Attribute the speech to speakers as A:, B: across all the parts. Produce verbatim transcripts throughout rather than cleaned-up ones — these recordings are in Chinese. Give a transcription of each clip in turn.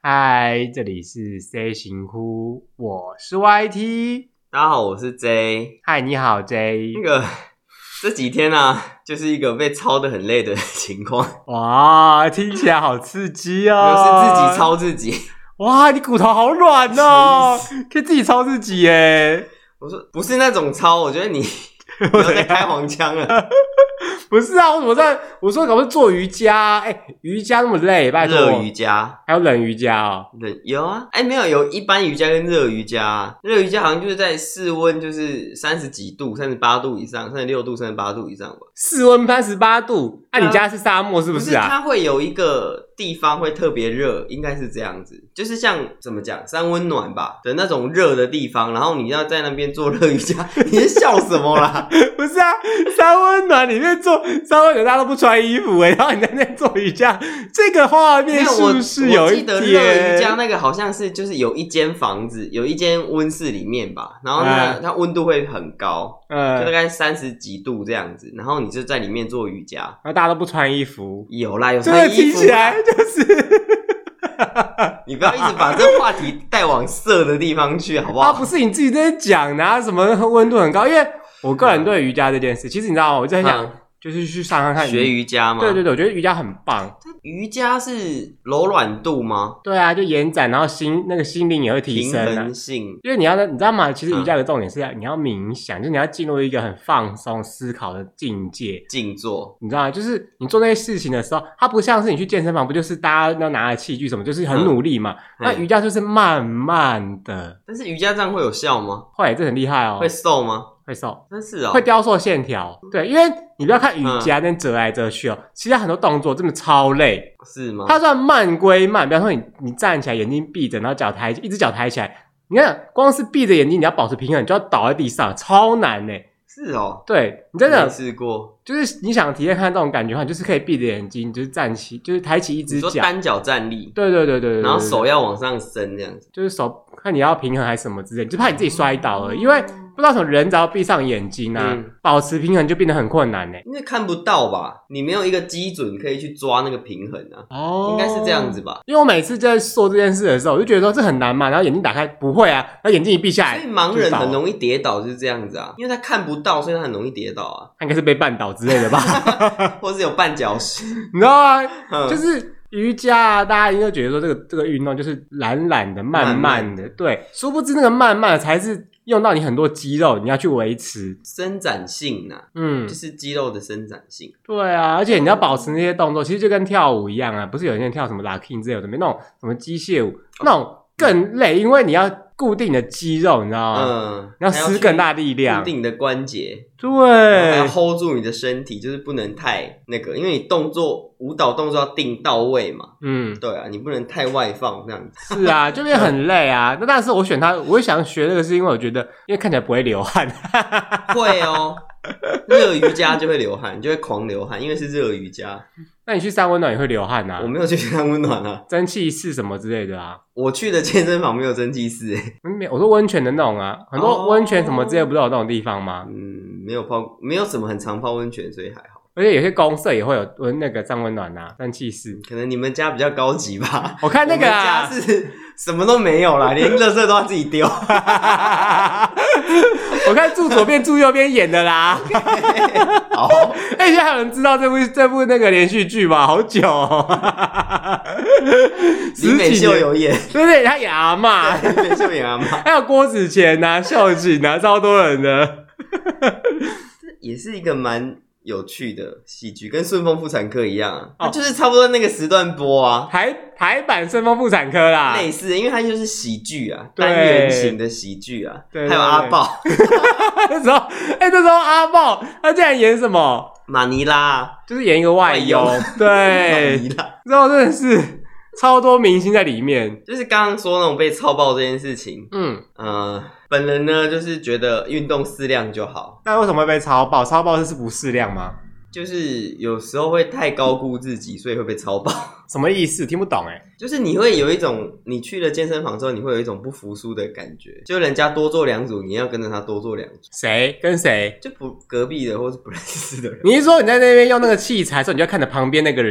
A: 嗨，这里是 C 型呼，我是 Y T。
B: 大家好，我是 J。
A: 嗨，你好 J。
B: 那个这几天啊，就是一个被操得很累的情况。
A: 哇，听起来好刺激哦！
B: 就是自己操自己。
A: 哇，你骨头好软哦，可以自己操自己耶。
B: 我说不是那种操，我觉得你不要再开黄腔了。
A: 不是啊，我怎么在？我说搞不是做瑜伽？哎、欸，瑜伽那么累，拜托。
B: 热瑜伽
A: 还有冷瑜伽哦。
B: 冷有啊，哎、欸，没有，有一般瑜伽跟热瑜伽、啊。热瑜伽好像就是在室温，就是三十几度、三十八度以上，三十六度、三十八度以上吧。
A: 室温三十八度，那、啊、你家是沙漠是不是啊？
B: 不是，它会有一个地方会特别热，应该是这样子，就是像怎么讲三温暖吧的那种热的地方，然后你要在那边做热瑜伽，你是笑什么啦？
A: 不是啊，三温暖里面做三温暖，大家都不穿衣服哎、欸，然后你在那边做瑜伽，这个画面是不是有一点？
B: 我记得热瑜伽那个好像是就是有一间房子，有一间温室里面吧，然后呢，它温度会很高，嗯，就大概三十几度这样子，然后你就在里面做瑜伽，
A: 然后大家都不穿衣服，
B: 有啦，有穿衣服，
A: 这个听起来就是。
B: 你不要一直把这个话题带往色的地方去，好不好？
A: 啊，不是你自己在讲的、啊，什么温度很高？因为我个人对瑜伽这件事，其实你知道吗？我就很想。嗯就是去上上看
B: 学瑜伽吗？
A: 对对对，我觉得瑜伽很棒。
B: 瑜伽是柔软度吗？
A: 对啊，就延展，然后心那个心灵也会提升、啊、
B: 平衡性。
A: 因为你要你知道吗？其实瑜伽的重点是要、嗯、你要冥想，就是你要进入一个很放松思考的境界，
B: 静坐。
A: 你知道吗？就是你做那些事情的时候，它不像是你去健身房，不就是大家要拿着器具什么，就是很努力嘛。嗯、那瑜伽就是慢慢的。
B: 但是瑜伽这样会有效吗？
A: 会，这很厉害哦。
B: 会瘦吗？
A: 会瘦，
B: 真是哦，
A: 会雕塑线条。对，因为你不要看瑜伽那折来折去哦、嗯，其实很多动作真的超累。
B: 是吗？
A: 它算慢归慢，比方说你你站起来，眼睛闭着，然后脚抬，一只脚抬起来，你看光是闭着眼睛，你要保持平衡，你就要倒在地上，超难呢。
B: 是哦，
A: 对你真的
B: 没试过，
A: 就是你想体验看这种感觉的话，就是可以闭着眼睛，就是站起，就是抬起一只脚，
B: 你说单脚站立，
A: 对对对 对, 对, 对，
B: 然后手要往上伸这样子，
A: 就是手看你要平衡还是什么之类，就怕你自己摔倒了，因为不知道什么人只要闭上眼睛啊、嗯，保持平衡就变得很困难呢。
B: 因为看不到吧，你没有一个基准可以去抓那个平衡啊，哦，应该是这样子吧？
A: 因为我每次在做这件事的时候，我就觉得说这很难嘛，然后眼睛打开不会啊，然后眼睛一闭下来，
B: 所以盲人很容易跌倒就是这样子啊，因为他看不到，所以他很容易跌倒啊。
A: 他应该是被绊倒之类的吧，
B: 或是有绊脚石，
A: 你知道吗？嗯、就是瑜伽啊，大家应该觉得说这个这个运动就是懒懒的、慢慢的，慢慢对，殊不知那个慢慢的才是用到你很多肌肉，你要去维持
B: 伸展性啊，嗯，就是肌肉的伸展性。
A: 对啊，而且你要保持那些动作，其实就跟跳舞一样啊，不是有些人跳什么 locking 之类的，没那种什么机械舞，哦、那种更累，因为你要固定的肌肉，你知道吗？嗯，你要施更大力量，
B: 固定的关节，
A: 对，
B: 还要 hold 住你的身体，就是不能太那个，因为你动作舞蹈动作要定到位嘛。嗯，对啊，你不能太外放这样子。
A: 是啊，就变很累啊。那但是我选它，我会想学这个，是因为我觉得，因为看起来不会流汗。
B: 会哦，热瑜伽就会流汗，就会狂流汗，因为是热瑜伽。
A: 那你去三温暖也会流汗啊？
B: 我没有去三温暖啊，
A: 蒸汽室什么之类的啊。
B: 我去的健身房没有蒸汽室诶。
A: 我说温泉的那种啊，很多温泉什么之类不都有那种地方吗？
B: 嗯，没有泡，没有什么很常泡温泉，所以还好。
A: 而且有些公社也会有温那个上温暖啊，蒸汽室。
B: 可能你们家比较高级吧。
A: 我看那个啊，
B: 我们家是什么都没有啦，连垃圾都要自己丢。
A: 我看住左边住右边演的啦。
B: 好，
A: 哎、欸，现在还有人知道这部这部那个连续剧吗？好久、哦。
B: 李美秀有演，
A: 对对，他演阿嬷，
B: 李美秀演阿嬷，
A: 还有郭子乾啊、秀琴啊，超多人的。
B: 这也是一个蛮有趣的戏剧，跟顺丰妇产科一样啊，它、哦、就是差不多那个时段播啊。
A: 台台版顺丰妇产科啦，
B: 类似，因为它就是喜剧啊，单元型的喜剧啊。对，还有阿豹。
A: 那时候，哎、欸，那时候阿豹他竟然演什么？
B: 马尼拉，
A: 就是演一个外佣。对，马尼拉，之后真的是超多明星在里面。
B: 就是刚刚说那种被操爆这件事情，嗯呃。本人呢，就是觉得运动适量就好。
A: 那为什么会被超爆？超爆是不适量吗？
B: 就是有时候会太高估自己，所以会被超爆。
A: 什么意思？听不懂哎。
B: 就是你会有一种，你去了健身房之后，你会有一种不服输的感觉。就人家多做两组，你要跟着他多做两组。
A: 谁跟谁？
B: 就不隔壁的或是不认识的人。
A: 你是说你在那边用那个器材的时候，你就要看着旁边那个人？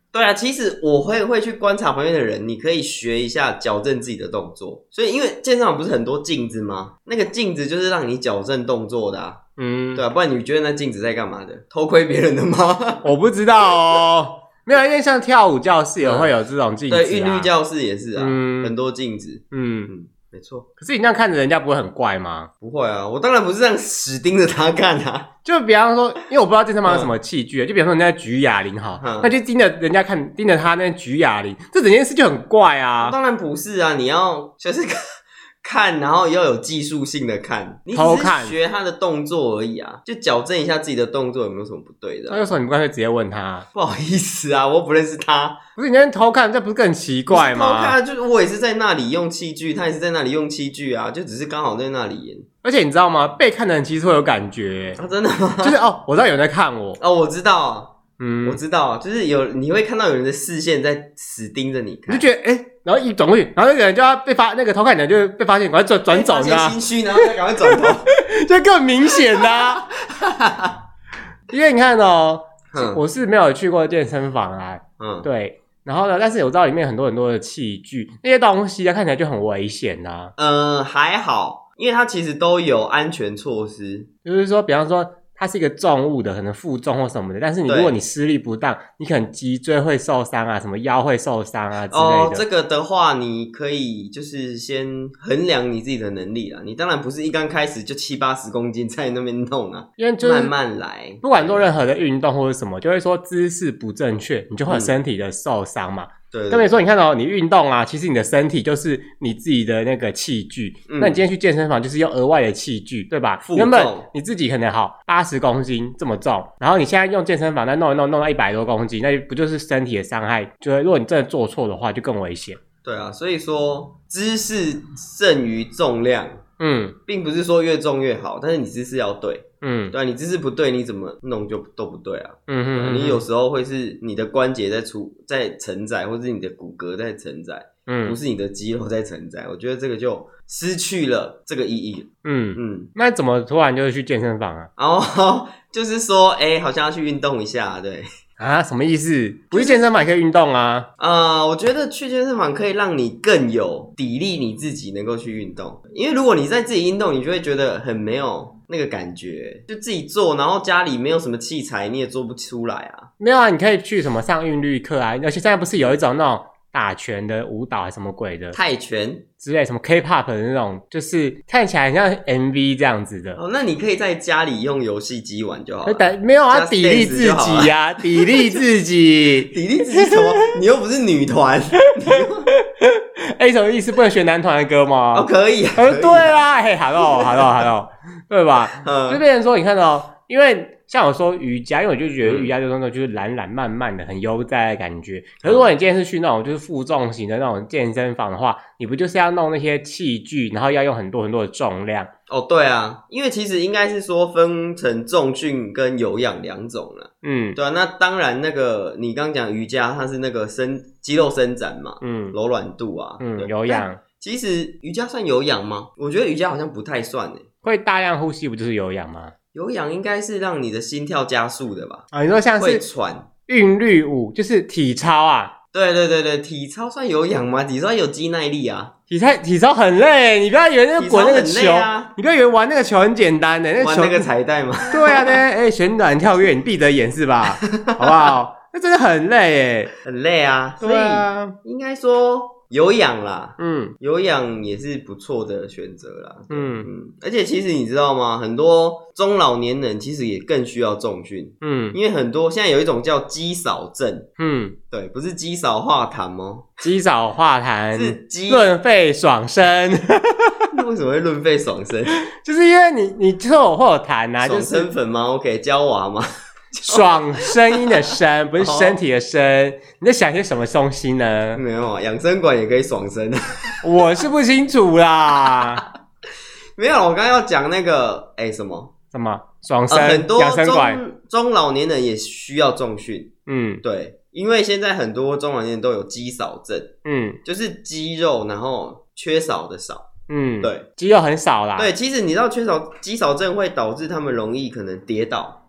B: 对啊，其实我会会去观察旁边的人，你可以学一下矫正自己的动作。所以因为健身房不是很多镜子吗？那个镜子就是让你矫正动作的啊。嗯，对啊，不然你觉得那镜子在干嘛的？偷窥别人的吗？
A: 我不知道哦。没有，因为像跳舞教室也会有这种镜子、啊嗯、
B: 对，韵律教室也是啊、嗯、很多镜子。嗯嗯，没错。
A: 可是你这样看着人家不会很怪吗？
B: 不会啊，我当然不是这样死盯着他看啊。
A: 就比方说，因为我不知道健身房有什么器具、嗯、就比方说人家举哑铃好、嗯、那就盯着人家看，盯着他那举哑铃，这整件事就很怪啊。
B: 当然不是啊，你要就是看，然后要有技术性的看，你只是学他的动作而已啊，就矫正一下自己的动作有没有什么不对的、啊。
A: 那有时候你不干脆直接问他？
B: 不好意思啊，我又不认识他。
A: 不是你在那偷看，这不是更奇怪吗？
B: 偷看就是我也是在那里用器具，他也是在那里用器具啊，就只是刚好在那里。
A: 而且你知道吗？被看的人其实会有感觉
B: 啊，真的吗？
A: 就是哦，我知道有人在看我
B: 哦，我知道啊。嗯，我知道，就是有你会看到有人的视线在死盯着你看，
A: 你就觉得哎、欸，然后一转过去，然后那个人就要被发，那个偷看的人就被发现，赶快转转走，你知道吗？
B: 心虚，然后再赶快转头，
A: 就更明显啦、啊。因为你看哦、喔，我是没有去过健身房啊，嗯，对，然后呢，但是我知道里面很多很多的器具，那些东西啊看起来就很危险啊。
B: 嗯，还好，因为它其实都有安全措施，
A: 就是说，比方说。它是一个重物的，可能负重或什么的，但是你如果你施力不当，你可能脊椎会受伤啊，什么腰会受伤啊之类的。
B: 哦，这个的话，你可以就是先衡量你自己的能力啦。你当然不是一刚开始就七八十公斤在那边弄啊，
A: 因为就是
B: 慢慢来。
A: 不管做任何的运动或者什么，就会说姿势不正确，你就会有身体的受伤嘛。嗯对，跟你说，你看哦，你运动啊，其实你的身体就是你自己的那个器具。嗯、那你今天去健身房，就是用额外的器具，对吧？
B: 负重。
A: 原本你自己可能好八十公斤这么重，然后你现在用健身房再弄一弄，弄到一百多公斤，那不就是身体的伤害？就是如果你真的做错的话，就更危险。
B: 对啊，所以说姿势胜于重量。嗯，并不是说越重越好，但是你姿势要对。嗯，对啊，你姿势不对，你怎么弄就都不对啊。嗯哼嗯哼，你有时候会是你的关节在出在承载，或是你的骨骼在承载，嗯，不是你的肌肉在承载。我觉得这个就失去了这个意义。嗯
A: 嗯，那怎么突然就去健身房啊？
B: 哦，就是说，哎、欸，好像要去运动一下，对。
A: 啊，什么意思？不是健身房可以运动啊？
B: 呃，我觉得去健身房可以让你更有砥砺你自己能够去运动，因为如果你在自己运动，你就会觉得很没有那个感觉，就自己做，然后家里没有什么器材，你也做不出来啊。
A: 没有啊，你可以去什么上韵律课啊，而且现在不是有一种那种打拳的舞蹈还是什么鬼的
B: 泰拳
A: 之类，什么 K-pop 的那种，就是看起来很像 M V 这样子的。
B: 哦，那你可以在家里用游戏机玩就好了。
A: 没有啊，砥砺自己呀、啊，砥砺自己，
B: 砥砺自己什么？你又不是女团。
A: 哎、欸，什么意思？不能学男团的歌吗？
B: 哦，可以啊。
A: 可以啊对啦，嘿 ，hello，hello，hello， 对吧？嗯，就变成说，你看到，因为。像我说瑜伽，因为我就觉得瑜伽这种就是懒懒慢慢的很悠哉的感觉。可是如果你今天是去那种就是负重型的那种健身房的话，你不就是要弄那些器具，然后要用很多很多的重量？
B: 哦，对啊，因为其实应该是说分成重训跟有氧两种了。嗯，对啊，那当然那个你刚讲瑜伽，它是那个伸肌肉伸展嘛，嗯，柔软度啊，
A: 嗯，有氧。
B: 其实瑜伽算有氧吗？我觉得瑜伽好像不太算诶。
A: 会大量呼吸不就是有氧吗？
B: 有氧应该是让你的心跳加速的吧？
A: 啊，你说像是
B: 会喘
A: 韵律舞，就是体操啊？
B: 对对对对，体操算有氧吗？体操有肌耐力啊。
A: 体操体操很累，你不要以为那个滚那个球，啊、你不要以为玩那个球很简单的，那个球
B: 玩那个彩带吗？
A: 对啊，对，哎、欸，旋转跳跃，你闭着眼是吧？好不好？那真的很累哎，
B: 很累啊。所以啊，应该说。有氧啦，嗯，有氧也是不错的选择啦，嗯嗯，而且其实你知道吗？很多中老年人其实也更需要重训，嗯，因为很多现在有一种叫肌少症，嗯，对，不是肌少化痰哦，
A: 肌少化痰
B: 是肌
A: 润肺爽身。
B: 那为什么会润肺爽身？
A: 就是因为你你之后会有痰啊，就是
B: 爽身粉吗 ？OK， 娇娃吗？
A: 爽声音的声，不是身体的声。你在想些什么东西呢？
B: 没有啊，养生馆也可以爽身。
A: 我是不清楚啦。
B: 没有，我刚刚要讲那个，哎、欸，什么
A: 什么爽身、
B: 呃？很多
A: 养生馆
B: 中老年人也需要重训。嗯，对，因为现在很多中老年人都有肌少症。嗯，就是肌肉然后缺少的少。嗯，对，
A: 肌肉很少啦。
B: 对，其实你知道缺少肌少症会导致他们容易可能跌倒。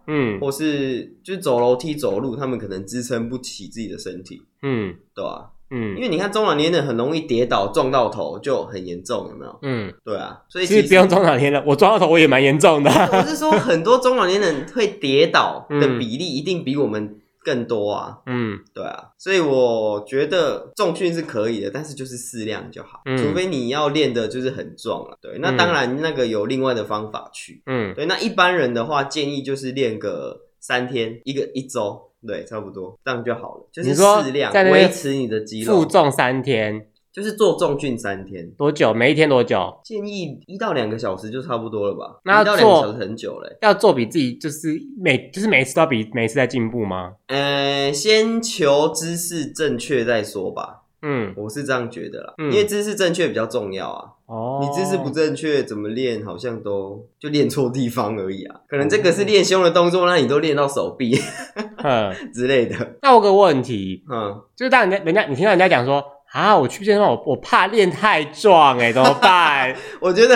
B: 嗯，或是就是走楼梯走路，他们可能支撑不起自己的身体，嗯，对吧、啊？嗯，因为你看中老年人很容易跌倒撞到头就很严重，有没有？嗯，对啊，所以
A: 其实不用中老年人，我撞到头我也蛮严重的、啊。
B: 我是说很多中老年人会跌倒的比例一定比我们更多啊。嗯，对啊，所以我觉得重训是可以的，但是就是适量就好，嗯、除非你要练的就是很壮了。对，那当然那个有另外的方法去。嗯，对，那一般人的话建议就是练个三天，一个一周。对，差不多这样就好了，就是适量维持你的肌肉。
A: 负重三天，
B: 就是做重训三天，
A: 多久？每一天多久？
B: 建议一到两个小时就差不多了吧？那一到两个小时很久了、欸。
A: 要做比自己就是每就是每一次都要比每一次在进步吗？
B: 呃，先求姿势正确再说吧。嗯，我是这样觉得啦，嗯、因为姿势正确比较重要啊。哦，你姿势不正确，怎么练好像都就练错地方而已啊。可能这个是练胸的动作，那你都练到手臂之类的。
A: 那我有个问题，嗯，就是当人家人家你听到人家讲说啊，我去健身房，我我怕练太壮、欸，哎，怎么办？
B: 我觉得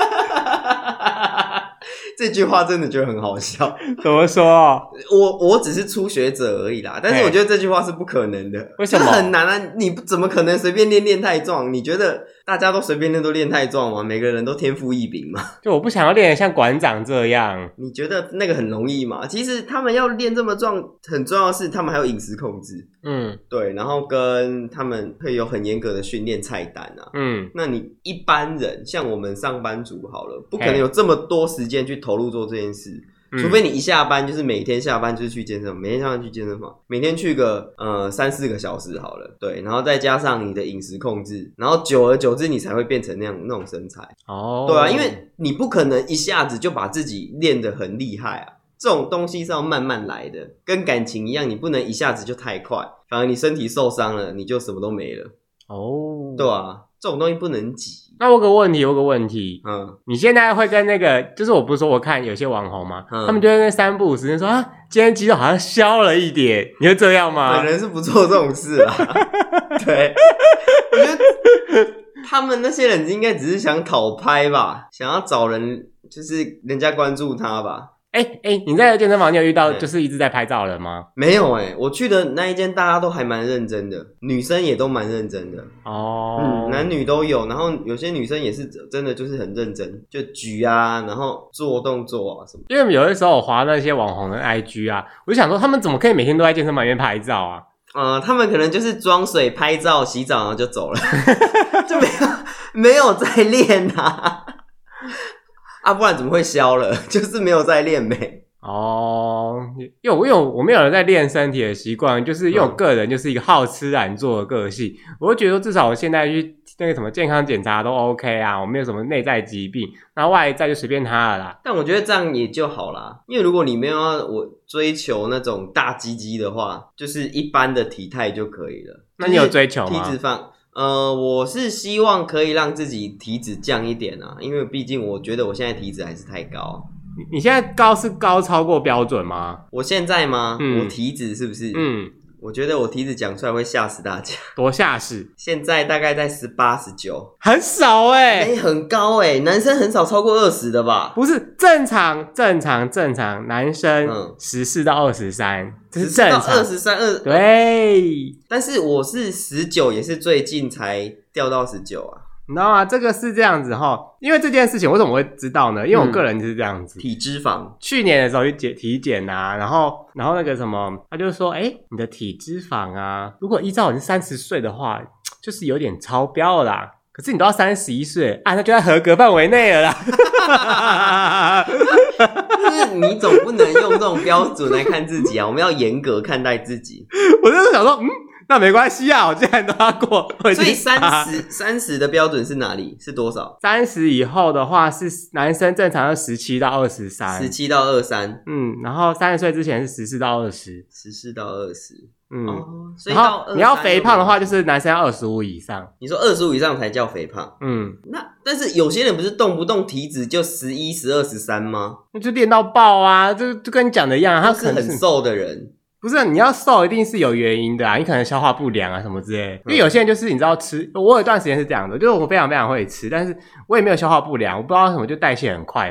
B: 这句话真的觉得很好笑。
A: 怎么说？
B: 我我只是初学者而已啦，但是我觉得这句话是不可能的。
A: 为什么？
B: 很难啊！你怎么可能随便练练太壮？你觉得大家都随便练都练太壮吗？每个人都天赋异禀吗？
A: 就我不想要练得像馆长这样。
B: 你觉得那个很容易吗？其实他们要练这么壮，很重要的是他们还有饮食控制。嗯，对，然后跟他们会有很严格的训练菜单啊。嗯，那你一般人像我们上班族好了，不可能有这么多时间去投入做这件事。除非你一下班就是每天下班就是去健身房，每天下班去健身房，每天去个呃三四个小时好了，对，然后再加上你的饮食控制，然后久而久之你才会变成那样那种身材。哦，对啊，因为你不可能一下子就把自己练得很厉害啊，这种东西是要慢慢来的，跟感情一样，你不能一下子就太快，反而你身体受伤了，你就什么都没了。哦，对啊，这种东西不能急。
A: 那我有个问题，我有个问题，嗯，你现在会跟那个，就是我不是说我看有些网红嘛，嗯、他们就在那三不五时间说啊，今天肌肉好像消了一点，你会这样吗？
B: 本人是不做这种事啦，对，我觉得他们那些人应该只是想讨拍吧，想要找人，就是人家关注他吧。
A: 哎、欸、哎、欸，你在健身房你有遇到就是一直在拍照的吗？
B: 没有哎、欸，我去的那一间大家都还蛮认真的，女生也都蛮认真的哦，嗯，男女都有，然后有些女生也是真的就是很认真，就举啊，然后做动作啊什么。
A: 因为有的时候我滑那些网红的 I G 啊，我就想说他们怎么可以每天都在健身房里面拍照啊？
B: 呃，他们可能就是装水、拍照、洗澡然后就走了，就没有没有在练啊。啊，不然怎么会消了？就是没有在练呗。
A: 哦，因为我因为我没有人在练身体的习惯，就是因为我个人就是一个好吃懒做的个性，我会觉得至少我现在去那个什么健康检查都 OK 啊，我没有什么内在疾病，然后外在就随便他了啦。
B: 但我觉得这样也就好啦，因为如果你没有要我追求那种大鸡鸡的话，就是一般的体态就可以了。
A: 那你有追求吗？
B: 体脂肪。呃，我是希望可以让自己体脂降一点啊，因为毕竟我觉得我现在体脂还是太高。
A: 你现在高是高超过标准吗？
B: 我现在吗？嗯、我体脂是不是？嗯，我觉得我体脂讲出来会吓死大家。
A: 多吓死！
B: 现在大概在十八、十九，
A: 很少哎、欸，
B: 哎、欸，很高哎、欸，男生很少超过二十的吧？
A: 不是正常，正常，正常，男生十四到二十三。这是正常，
B: 二十三二
A: 对，
B: 但是我是十九，也是最近才掉到十九啊。
A: 你知道吗？这个是这样子齁，因为这件事情为什么会知道呢？因为我个人就是这样子，
B: 嗯、体脂肪。
A: 去年的时候去检体检啊，然后然后那个什么，他就说，哎、欸，你的体脂肪啊，如果依照你三十岁的话，就是有点超标了啦。可是你都要三十一岁啊，那就在合格范围内了啦。
B: 就是你总不能用这种标准来看自己啊，我们要严格看待自己。
A: 我就是想说，嗯，那没关系啊，我既然都要过。
B: 所以三十三十的标准是哪里？是多少？
A: 三十以后的话是男生正常是十七到二十三，
B: 十七到二三，
A: 嗯，然后三十岁之前是十四到二十，
B: 十四到二十。
A: 嗯，哦、所以到你要肥胖的话，就是男生要二十五以上。
B: 你说二十五以上才叫肥胖？嗯，那但是有些人不是动不动体脂就十一、十二、十三吗？
A: 那就练到爆啊！就就跟你讲的一样，他可能
B: 是很瘦的人。
A: 不是，你要瘦一定是有原因的啊，你可能消化不良啊什么之类的。因为有些人就是你知道吃，我有一段时间是这样的，就是我非常非常会吃，但是我也没有消化不良，我不知道为什么就代谢很快吧。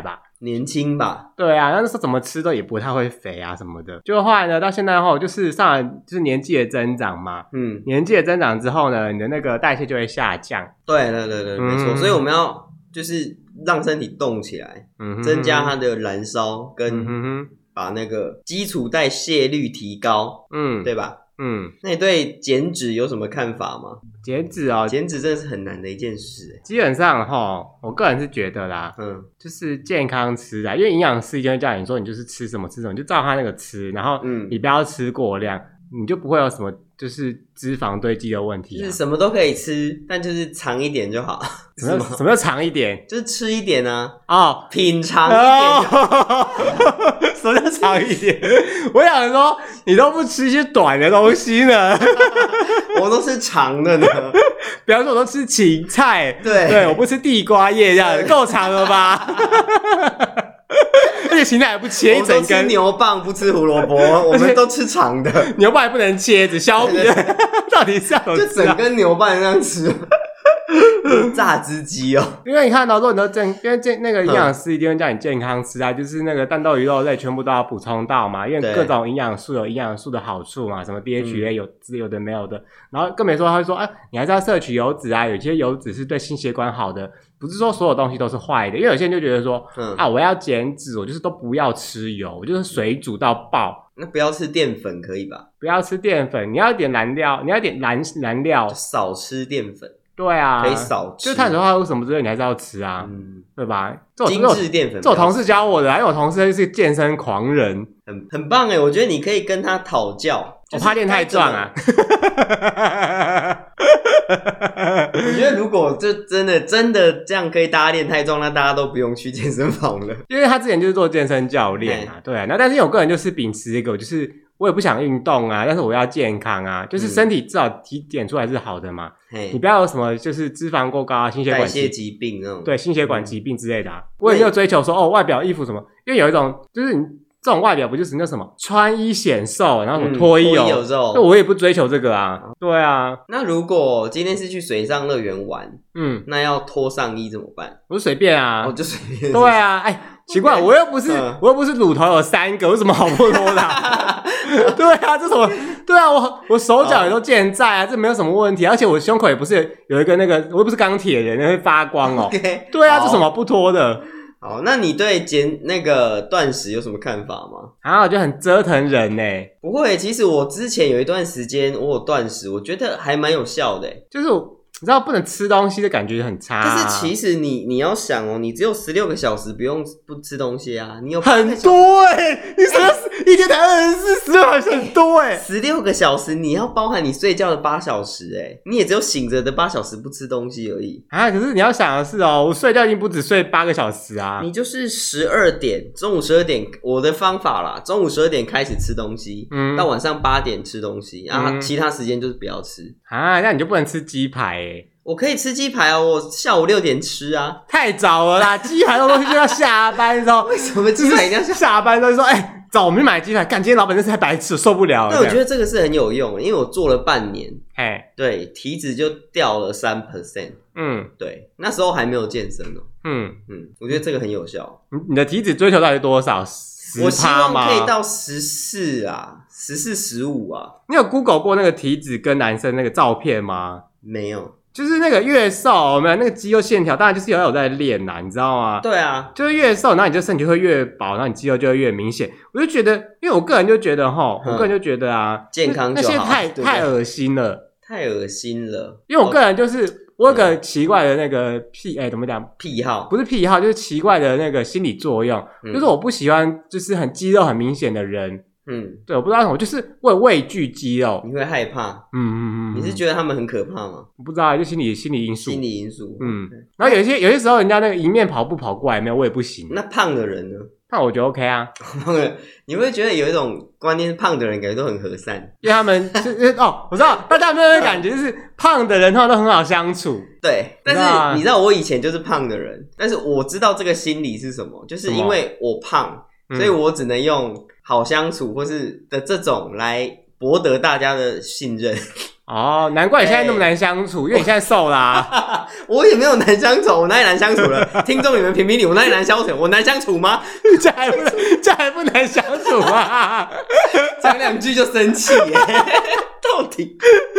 B: 年轻吧？
A: 对啊，那时候怎么吃都也不太会肥啊什么的。就后来呢，到现在后就是上来就是年纪的增长嘛，嗯，年纪的增长之后呢，你的那个代谢就会下降。
B: 对对对对，没错。嗯、所以我们要就是让身体动起来，嗯、增加它的燃烧跟把那个基础代谢率提高，嗯，对吧？嗯，那你对减脂有什么看法吗？
A: 减脂哦，
B: 减脂真的是很难的一件事。
A: 基本上齁，我个人是觉得啦，嗯，就是健康吃啊，因为营养师一定会叫你说，你就是吃什么吃什么，你就照他那个吃，然后你不要吃过量，你就不会有什么就是脂肪堆积的问题、啊。
B: 就是什么都可以吃，但就是长一点就好。
A: 什么什么叫长一点？
B: 就是吃一点啊，
A: 哦，
B: 品尝一点就好。
A: 什么叫长一点？我想说，你都不吃一些短的东西呢？
B: 我都吃长的呢。
A: 比方说，我都吃芹菜，
B: 对
A: 对，我不吃地瓜叶，这样够长了吧？而且芹菜还不切一整根。
B: 我们都吃牛蒡，不吃胡萝卜，我们都吃长的。
A: 牛蒡还不能切，只削皮。到底是要怎么吃、啊？
B: 就整根牛蒡这样吃。榨汁机哦，
A: 因为你看到说你都健，因为健那个营养师一定会叫你健康吃啊，就是那个蛋豆鱼肉类全部都要补充到嘛，因为各种营养素有营养素的好处嘛，什么 D H A 有有有的没有的，然后更别说他会说啊，你还是要摄取油脂啊，有些油脂是对心血管好的，不是说所有东西都是坏的，因为有些人就觉得说、嗯、啊，我要减脂，我就是都不要吃油，我就是水煮到爆。
B: 那不要吃淀粉可以吧？
A: 不要吃淀粉，你要一点燃料，你要一点燃燃料，
B: 少吃淀粉。
A: 对啊，
B: 可以少吃，
A: 就碳水化合物什么之类你还是要吃啊，嗯，对吧？
B: 精致淀粉，
A: 这我同事教我的、啊，因为我同事是健身狂人，
B: 很很棒耶，我觉得你可以跟他讨教。
A: 我怕练太壮啊。
B: 我觉得如果这真的真的这样可以大家练太壮，那大家都不用去健身房了，
A: 因为他之前就是做健身教练啊，对啊。那但是我个人就是秉持一个，就是我也不想运动啊，但是我要健康啊，就是身体至少体检出来是好的嘛。嗯、你不要有什么就是脂肪过高啊、心血管
B: 代谢疾病那种，
A: 对，心血管疾病之类的啊。我也没有追求说哦外表衣服什么，因为有一种就是你这种外表不就是那什么穿衣显瘦，然后什么脱衣有、嗯、肉，那我也不追求这个啊。对啊。
B: 那如果今天是去水上乐园玩，嗯，那要脱上衣怎么办？
A: 我就随便啊，
B: 我就随便。
A: 对啊，哎。奇怪，我又不是、嗯、我又不是乳头有三个，有什么好不脱的、啊？对啊，这什么？对啊，我我手脚也都健在啊，这没有什么问题。而且我胸口也不是有一个那个，我又不是钢铁人，会发光哦。Okay, 对啊，这什么不脱的？
B: 好，那你对减那个断食有什么看法吗？
A: 啊，我觉得很折腾人呢、欸。
B: 不会，其实我之前有一段时间我有断食，我觉得还蛮有效的、欸。
A: 就是我。你知道不能吃东西的感觉很差、啊，
B: 但是其实你你要想哦，你只有十六个小时不用不吃东西啊，你有
A: 很多哎、欸，你说一天才二十四，十六小时很多哎、欸，
B: 十六个小时你要包含你睡觉的八小时哎、欸，你也只有醒着的八小时不吃东西而已
A: 啊。可是你要想的是哦，我睡觉已经不止睡八个小时啊，
B: 你就是十二点中午十二点，我的方法啦，中午十二点开始吃东西，嗯，到晚上八点吃东西，然后、嗯、其他时间就是不要吃
A: 啊，那你就不能吃鸡排哎、欸。
B: 我可以吃鸡排哦，我下午六点吃啊，
A: 太早了啦！鸡排这种东西就要下班的时候，
B: 为什么鸡排一定要
A: 下班的时候说，哎、欸，走，我们去买鸡排。干，今天老板真是太白痴，受不了了。
B: 但我觉得这个是很有用，因为我做了半年，
A: 哎，
B: 对，体脂就掉了三 percent， 嗯，对，那时候还没有健身哦，嗯嗯，我觉得这个很有效。
A: 你的体脂追求到底多少？
B: 我希望可以到十四啊，十四、十五啊。
A: 你有 Google 过那个体脂跟男生那个照片吗？
B: 没有。
A: 就是那个越瘦，有没有那个肌肉线条，当然就是有有在练啦，你知道吗？
B: 对啊，
A: 就是越瘦，然后你就身体会越薄，然后你肌肉就会越明显。我就觉得，因为我个人就觉得齁，我个人就觉得啊，
B: 健康就好，
A: 那些太太恶心了，
B: 太恶心了。
A: 因为我个人就是我有个奇怪的那个癖，哎、欸，怎么讲？
B: 癖好
A: 不是癖好，就是奇怪的那个心理作用，嗯、就是我不喜欢就是很肌肉很明显的人。嗯，对，我不知道什么，就是我畏惧肌肉，
B: 你会害怕，嗯嗯嗯，你是觉得他们很可怕吗？
A: 我不知道，就心理心理因素，
B: 心理因素，
A: 嗯。然后有一些有些时候，人家那个迎面跑步跑过来，没有我也不行。
B: 那胖的人呢？
A: 胖我觉得 OK 啊。
B: 你会觉得有一种观念是胖的人感觉都很和善，
A: 因为他们是哦，我知道，大家有没有感觉就是胖的人通常都很好相处。
B: 对，但是你知道我以前就是胖的人，但是我知道这个心理是什么，就是因为我胖，所以我只能用好相处或是的这种来博得大家的信任。
A: 哦，难怪你现在那么难相处，因为你现在瘦啦、啊。
B: 我也没有难相处，我哪里难相处了？听众你们评评理，我哪里难相处？我难相处吗？
A: 这还不这还不难相处啊？
B: 讲两句就生气耶，到底？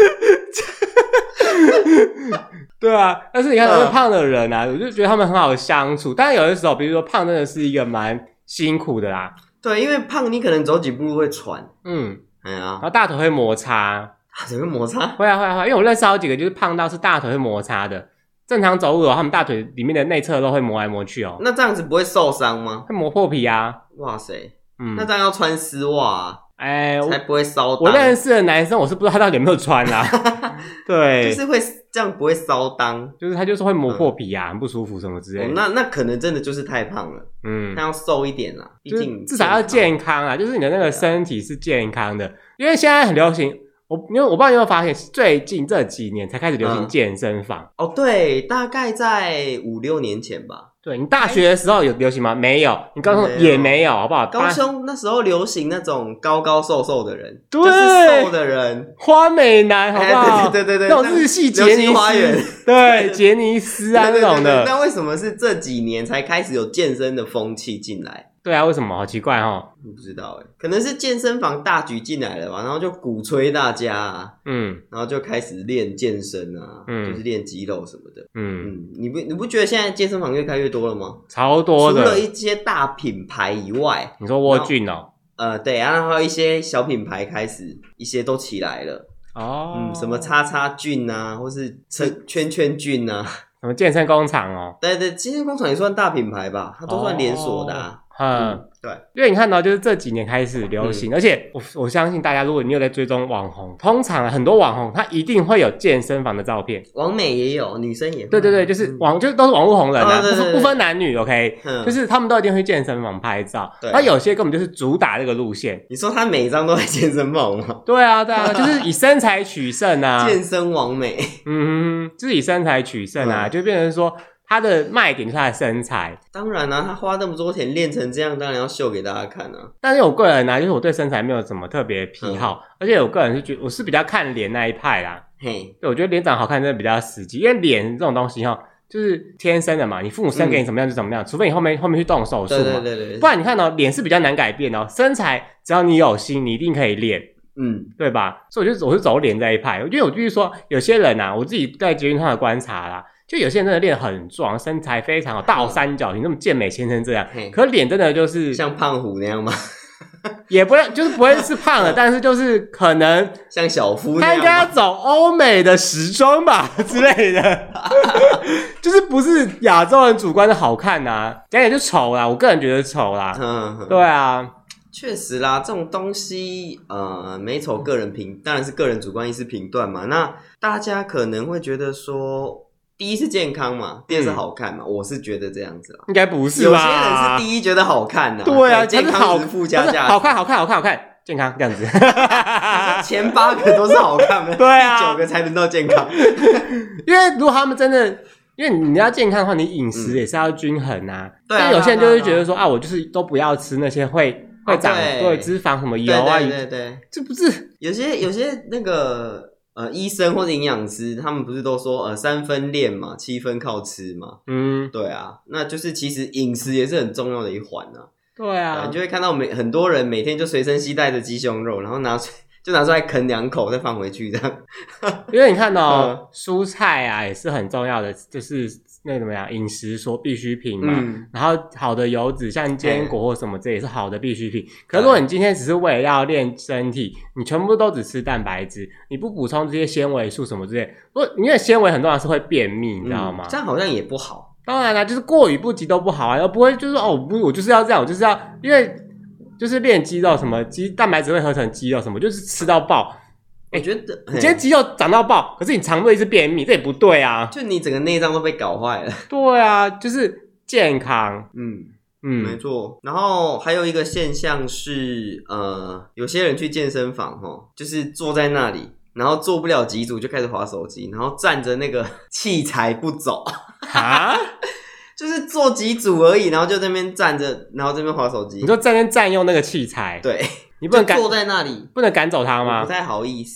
A: 对啊，但是你看，那胖的人啊，我就觉得他们很好相处。但是有的时候，比如说胖真的是一个蛮辛苦的啦。
B: 对，因为胖你可能走几步路会喘，嗯，哎呀，
A: 然后大腿会摩擦，
B: 大腿会摩擦，
A: 会啊会啊会啊，因为我认识好几个就是胖到是大腿会摩擦的。正常走路的话，他们大腿里面的内侧都会磨来磨去哦。
B: 那这样子不会受伤吗？
A: 会磨破皮啊！
B: 哇塞，嗯，那这样要穿丝袜啊。哎、欸，才不会烧裆。
A: 我认识的男生，我是不知道他到底有没有穿啦、啊。对，
B: 就是会这样不会烧裆，
A: 就是他就是会磨破皮啊，嗯、很不舒服什么之类的。
B: 哦、那那可能真的就是太胖了，嗯，他要瘦一点啦，毕竟
A: 至少要健康啊，就是你的那个身体是健康的。因为现在很流行，我因为我不知道你有没有发现，最近这几年才开始流行健身房。
B: 嗯、哦，对，大概在五六年前吧。
A: 对，你大学的时候有流行吗？没有，你高中也没有，好不好？
B: 高中那时候流行那种高高瘦瘦的人，对，就是瘦的人，
A: 花美男，好不好？
B: 哎、对对对对，
A: 那种日系杰尼斯，对，杰尼斯啊那种的。
B: 那为什么是这几年才开始有健身的风气进来？
A: 对啊，为什么？好奇怪哦。
B: 不知道哎，可能是健身房大举进来了吧，然后就鼓吹大家啊，嗯，然后就开始练健身啊，嗯，就是练肌肉什么的，嗯嗯，你不你不觉得现在健身房越开越多了吗？
A: 超多的，
B: 除了一些大品牌以外，
A: 你说沃俊哦，
B: 呃，对，然后还有一些小品牌开始一些都起来了，哦，嗯，什么叉叉俊啊，或是圈圈俊啊，
A: 什么健身工厂哦，
B: 对对，健身工厂也算大品牌吧，它都算连锁的啊。
A: 嗯，嗯，对，因为你看到就是这几年开始流行，嗯、而且我我相信大家，如果你有在追踪网红，通常很多网红他一定会有健身房的照片，
B: 网美也有，女生也会，
A: 对对对，就是网、嗯、就是都是网络红人啊，哦、对对对不不分男女 ，OK，、嗯、就是他们都一定会健身房拍照，那有些根本就是主打这个路线。
B: 你说他每一张都在健身房吗？
A: 对啊对啊，就是以身材取胜啊，
B: 健身网美，
A: 嗯，就是以身材取胜啊，嗯、就变成说。他的卖点就是他的身材，
B: 当然啊，他花那么多钱练成这样，当然要秀给大家看啊。
A: 但是我个人啊，就是我对身材没有什么特别癖好，嗯、而且我个人是觉得我是比较看脸那一派啦。嘿，对，我觉得脸长好看真的比较实际，因为脸这种东西哈，就是天生的嘛，你父母生给你怎么样就怎么样，嗯、除非你后面后面去动手术嘛，
B: 对对对对，
A: 不然你看哦，脸是比较难改变哦，身材只要你有心，你一定可以练。嗯，对吧？所以我就我是走脸这一派，因为我就是说有些人啊，我自己在捷运上的观察啦。就有些人真的练得很壮，身材非常好，倒三角形那么健美纤成这样，可是脸真的就是
B: 像胖虎那样吗？
A: 也不会，就是不会是胖的，但是就是可能
B: 像小夫那样，
A: 他应该要走欧美的时装吧之类的，就是不是亚洲人主观的好看啊，讲起来就丑啦，我个人觉得丑啦，对啊。
B: 确实啦，这种东西，呃，美丑个人评，当然是个人主观意识评断嘛。那大家可能会觉得说，第一是健康嘛，第二是好看嘛。嗯、我是觉得这样子啦，
A: 应该不是吧？
B: 有些人是第一觉得好看呐、啊，
A: 对啊，
B: 健康是附加价值，
A: 好看，好看，好看，好看，健康这样子。
B: 前八个都是好看的，
A: 对啊，
B: 第九个才能到健康。
A: 因为如果他们真的。因为你要健康的话，你饮食也是要均衡啊。嗯、对啊，有些人就会觉得说啊，我就是都不要吃那些会会长对脂肪什么油啊，
B: 对对对对，
A: 这不是
B: 有些有些那个呃医生或者营养师，他们不是都说呃三分练嘛，七分靠吃嘛。嗯，对啊，那就是其实饮食也是很重要的一环啊。
A: 对啊，
B: 对你就会看到每很多人每天就随身携带着鸡胸肉，然后拿出。就拿出来啃两口再放回去这样。
A: 因为你看到、哦嗯、蔬菜啊也是很重要的，就是那个怎么样饮食所必需品嘛、嗯、然后好的油脂像坚果或什么这也是好的必需品、嗯、可是如果你今天只是为了要练身体，你全部都只吃蛋白质，你不补充这些纤维素什么之类，因为纤维很多人是会便秘你知道吗、
B: 嗯、这样好像也不好。
A: 当然啦，就是过与不及都不好啊，而不会就是说哦我不我就是要这样，我就是要因为就是练肌肉什么肌蛋白质会合成肌肉什么，就是吃到爆。
B: 我觉得
A: 你今天肌肉长到爆，可是你肠胃一直便秘，这也不对啊。
B: 就你整个内脏都被搞坏了。
A: 对啊，就是健康。嗯
B: 嗯，没错。然后还有一个现象是，呃，有些人去健身房齁，就是坐在那里，然后做不了几组就开始滑手机，然后站着那个器材不走。
A: 啊？
B: 就是做几组而已，然后就在那边站着，然后这边滑手机。
A: 你说在那边占用那个器材，
B: 对，
A: 你不能赶
B: 坐在那里，
A: 不能赶走他吗？
B: 不太好意思。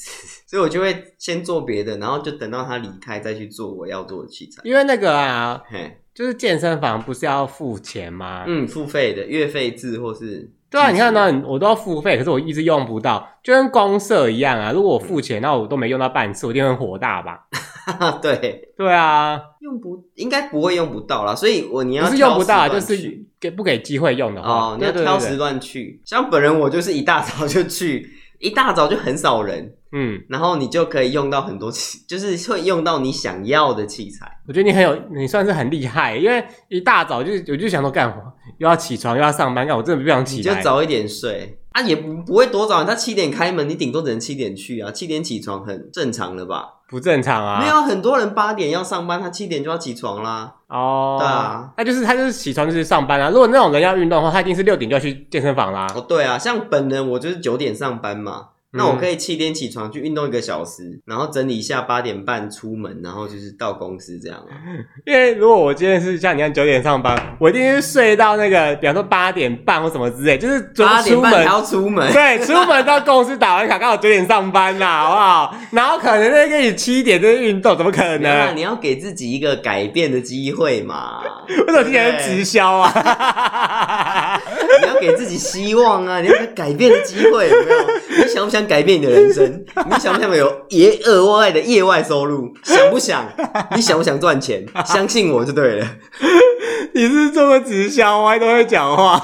B: 所以我就会先做别的，然后就等到他离开再去做我要做的器材。
A: 因为那个啊，就是健身房不是要付钱吗？
B: 嗯，付费的，月费制或是。
A: 对啊，你看呢，我都要付费，可是我一直用不到，就跟公社一样啊。如果我付钱，那我都没用到半次，我一定很火大吧？
B: 对，
A: 对啊，
B: 用不应该不会用不到啦，所以我你要
A: 不是用不到，就是给不给机会用的话，
B: 哦，你要挑时段去。像本人我就是一大早就去，一大早就很少人。嗯，然后你就可以用到很多器，就是会用到你想要的器材。
A: 我觉得你很有，你算是很厉害，因为一大早就我就想说干活，又要起床又要上班，干我真的不想起来。
B: 你就早一点睡啊，也不不会多早，他七点开门，你顶多只能七点去啊，七点起床很正常了吧？
A: 不正常啊，
B: 没有很多人八点要上班，他七点就要起床啦。哦，对啊，
A: 那就是他就是起床就是上班啊。如果那种人要运动的话，他一定是六点就要去健身房啦。
B: 哦，对啊，像本人我就是九点上班嘛。那我可以七点起床去运动一个小时，然后整理一下八点半出门，然后就是到公司这样。
A: 因为如果我今天是像你看九点上班，我一定是睡到那个，比方说八点半或什么之类，就是
B: 八点半还要出门，
A: 对，出门到公司打完卡，刚好九点上班啦，好不好？然后可能那个你七点在运动，怎么可能？
B: 你要给自己一个改变的机会嘛？
A: 为什么今天是直销啊？
B: 你要给自己希望啊！你要改变的机会，有没有？你想不想改变你的人生？你想不想有业额外的业外收入？想不想？你想不想赚钱？相信我就对了。
A: 你是这么直销，我还都会讲话。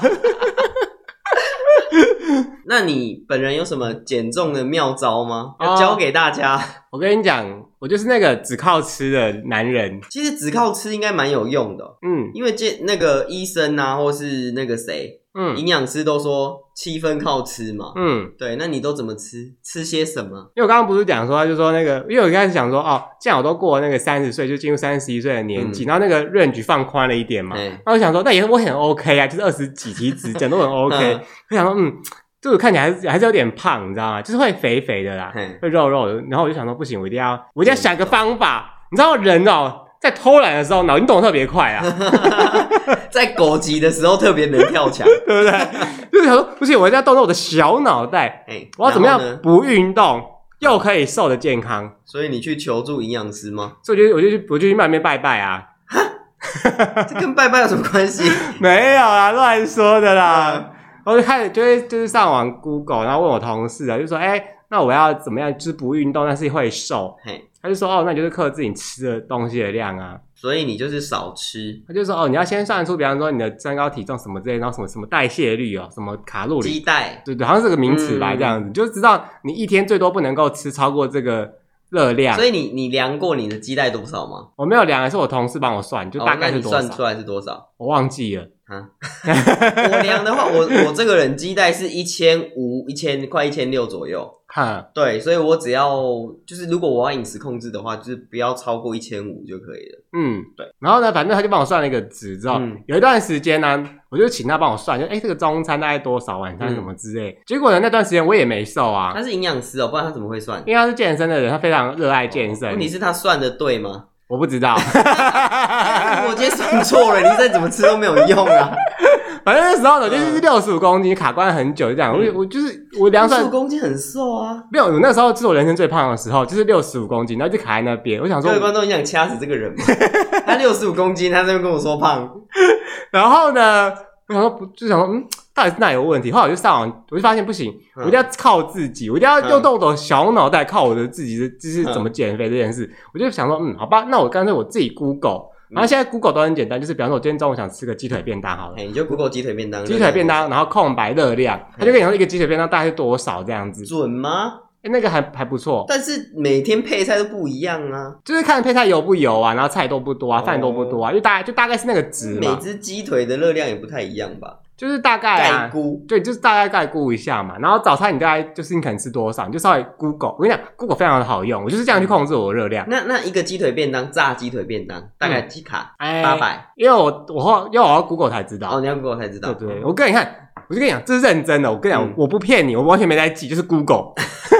B: 那你本人有什么减重的妙招吗？要教给大家。
A: 我跟你讲，我就是那个只靠吃的男人。
B: 其实只靠吃应该蛮有用的，嗯，因为这那个医生啊，或是那个谁，嗯，营养师都说七分靠吃嘛，嗯，对，那你都怎么吃？吃些什么？
A: 因为我刚刚不是讲说，就说那个，因为我一开始想说，哦，既然我都过了那个三十岁，就进入三十一岁的年纪，嗯、然后那个 range 放宽了一点嘛，然后我想说，那也我很 OK 啊，就是二十几体脂讲都很 OK，我想说，嗯。就是看起来还是还是有点胖，你知道吗？就是会肥肥的啦，会肉肉的。然后我就想说，不行，我一定要，我一定要想个方法。你知道人哦，在偷懒的时候脑筋动得特别快啊，
B: 在狗急的时候特别能跳墙，
A: 对不对？就是想说，不行，我一定要动动我的小脑袋，欸、我要怎么样不运动又可以瘦得健康？
B: 所以你去求助营养师吗？
A: 所以我就我就去我就去那边拜拜啊。
B: 这跟拜拜有什么关系？
A: 没有啦，乱说的啦。我就开始就会就是上网 Google， 然后问我同事啊，就说，哎、欸，那我要怎么样？就是不运动，但是会瘦。嘿，他就说，哦，那你就是克制你吃的东西的量啊。
B: 所以你就是少吃。
A: 他就说，哦，你要先算出，比方说你的身高体重什么之类，然后什么什么代谢率哦，什么卡路里。
B: 基代。
A: 对对，好像是个名词吧，嗯、这样子，就知道你一天最多不能够吃超过这个热量。
B: 所以你你量过你的基代多少吗？
A: 我没有量，是我同事帮我算，就大概是多少？
B: 哦、那你算出来是多少？
A: 我忘记了。
B: 啊，我量的话，我我这个人基代是一千五，一千快一千六左右。哈，对，所以我只要就是如果我要饮食控制的话，就是不要超过一千五就可以了。嗯，对。然
A: 后呢，反正他就帮我算了一个值，之后、嗯、有一段时间呢，我就请他帮我算，就哎、欸，这个中餐大概多少，晚餐什么之类。嗯、结果呢，那段时间我也没瘦啊。
B: 他是营养师哦，不然他怎么会算？
A: 因为他是健身的人，他非常热爱健身。
B: 问题是他算的对吗？
A: 我不知道。
B: 我今天算错了，你再怎么吃都没有用啊。
A: 反正那时候呢，就是六十五公斤，卡关很久，就这样。我我就是我量算
B: 六十五公斤很瘦啊。
A: 没有，我那时候是我人生最胖的时候，就是六十五公斤，然后就卡在那边。我想说，
B: 各位观众，你想掐死这个人吗？他六十五公斤，他这边跟我说胖，
A: 然后呢，我想说，就想说，嗯，到底是哪有问题？后来我就上网，我就发现不行，我一定要靠自己，我一定要用动我的小脑袋，靠我的自己的就是怎么减肥这件事。我就想说，嗯，好吧，那我干脆我自己 Google。然后现在 Google 都很简单，就是比方说我今天中午想吃个鸡腿便当好了，
B: 你就 Google 鸡腿便当，
A: 鸡腿便当，然后空白热量，他就跟你说一个鸡腿便当大概是多少这样子，
B: 准吗？
A: 欸、那个还还不错，
B: 但是每天配菜都不一样啊，
A: 就是看配菜油不油啊，然后菜多不多啊，饭、哦、多不多啊，就大概就大概是那个值嘛。
B: 每只鸡腿的热量也不太一样吧？
A: 就是大概啊，
B: 概估，
A: 对，就是大概概估一下嘛。然后早餐你大概就是你可能吃多少，你就稍微 Google。我跟你讲 ，Google 非常的好用，我就是这样去控制我的热量。
B: 那那一个鸡腿便当，炸鸡腿便当大概几卡？八百、嗯。
A: 因为我我后因为我要 Google 才知道。
B: 哦，你要 Google 才知道。
A: 对对，我跟你看，我就跟你讲，这是认真的。我跟你讲，嗯、我不骗你，我完全没在记，就是 Google。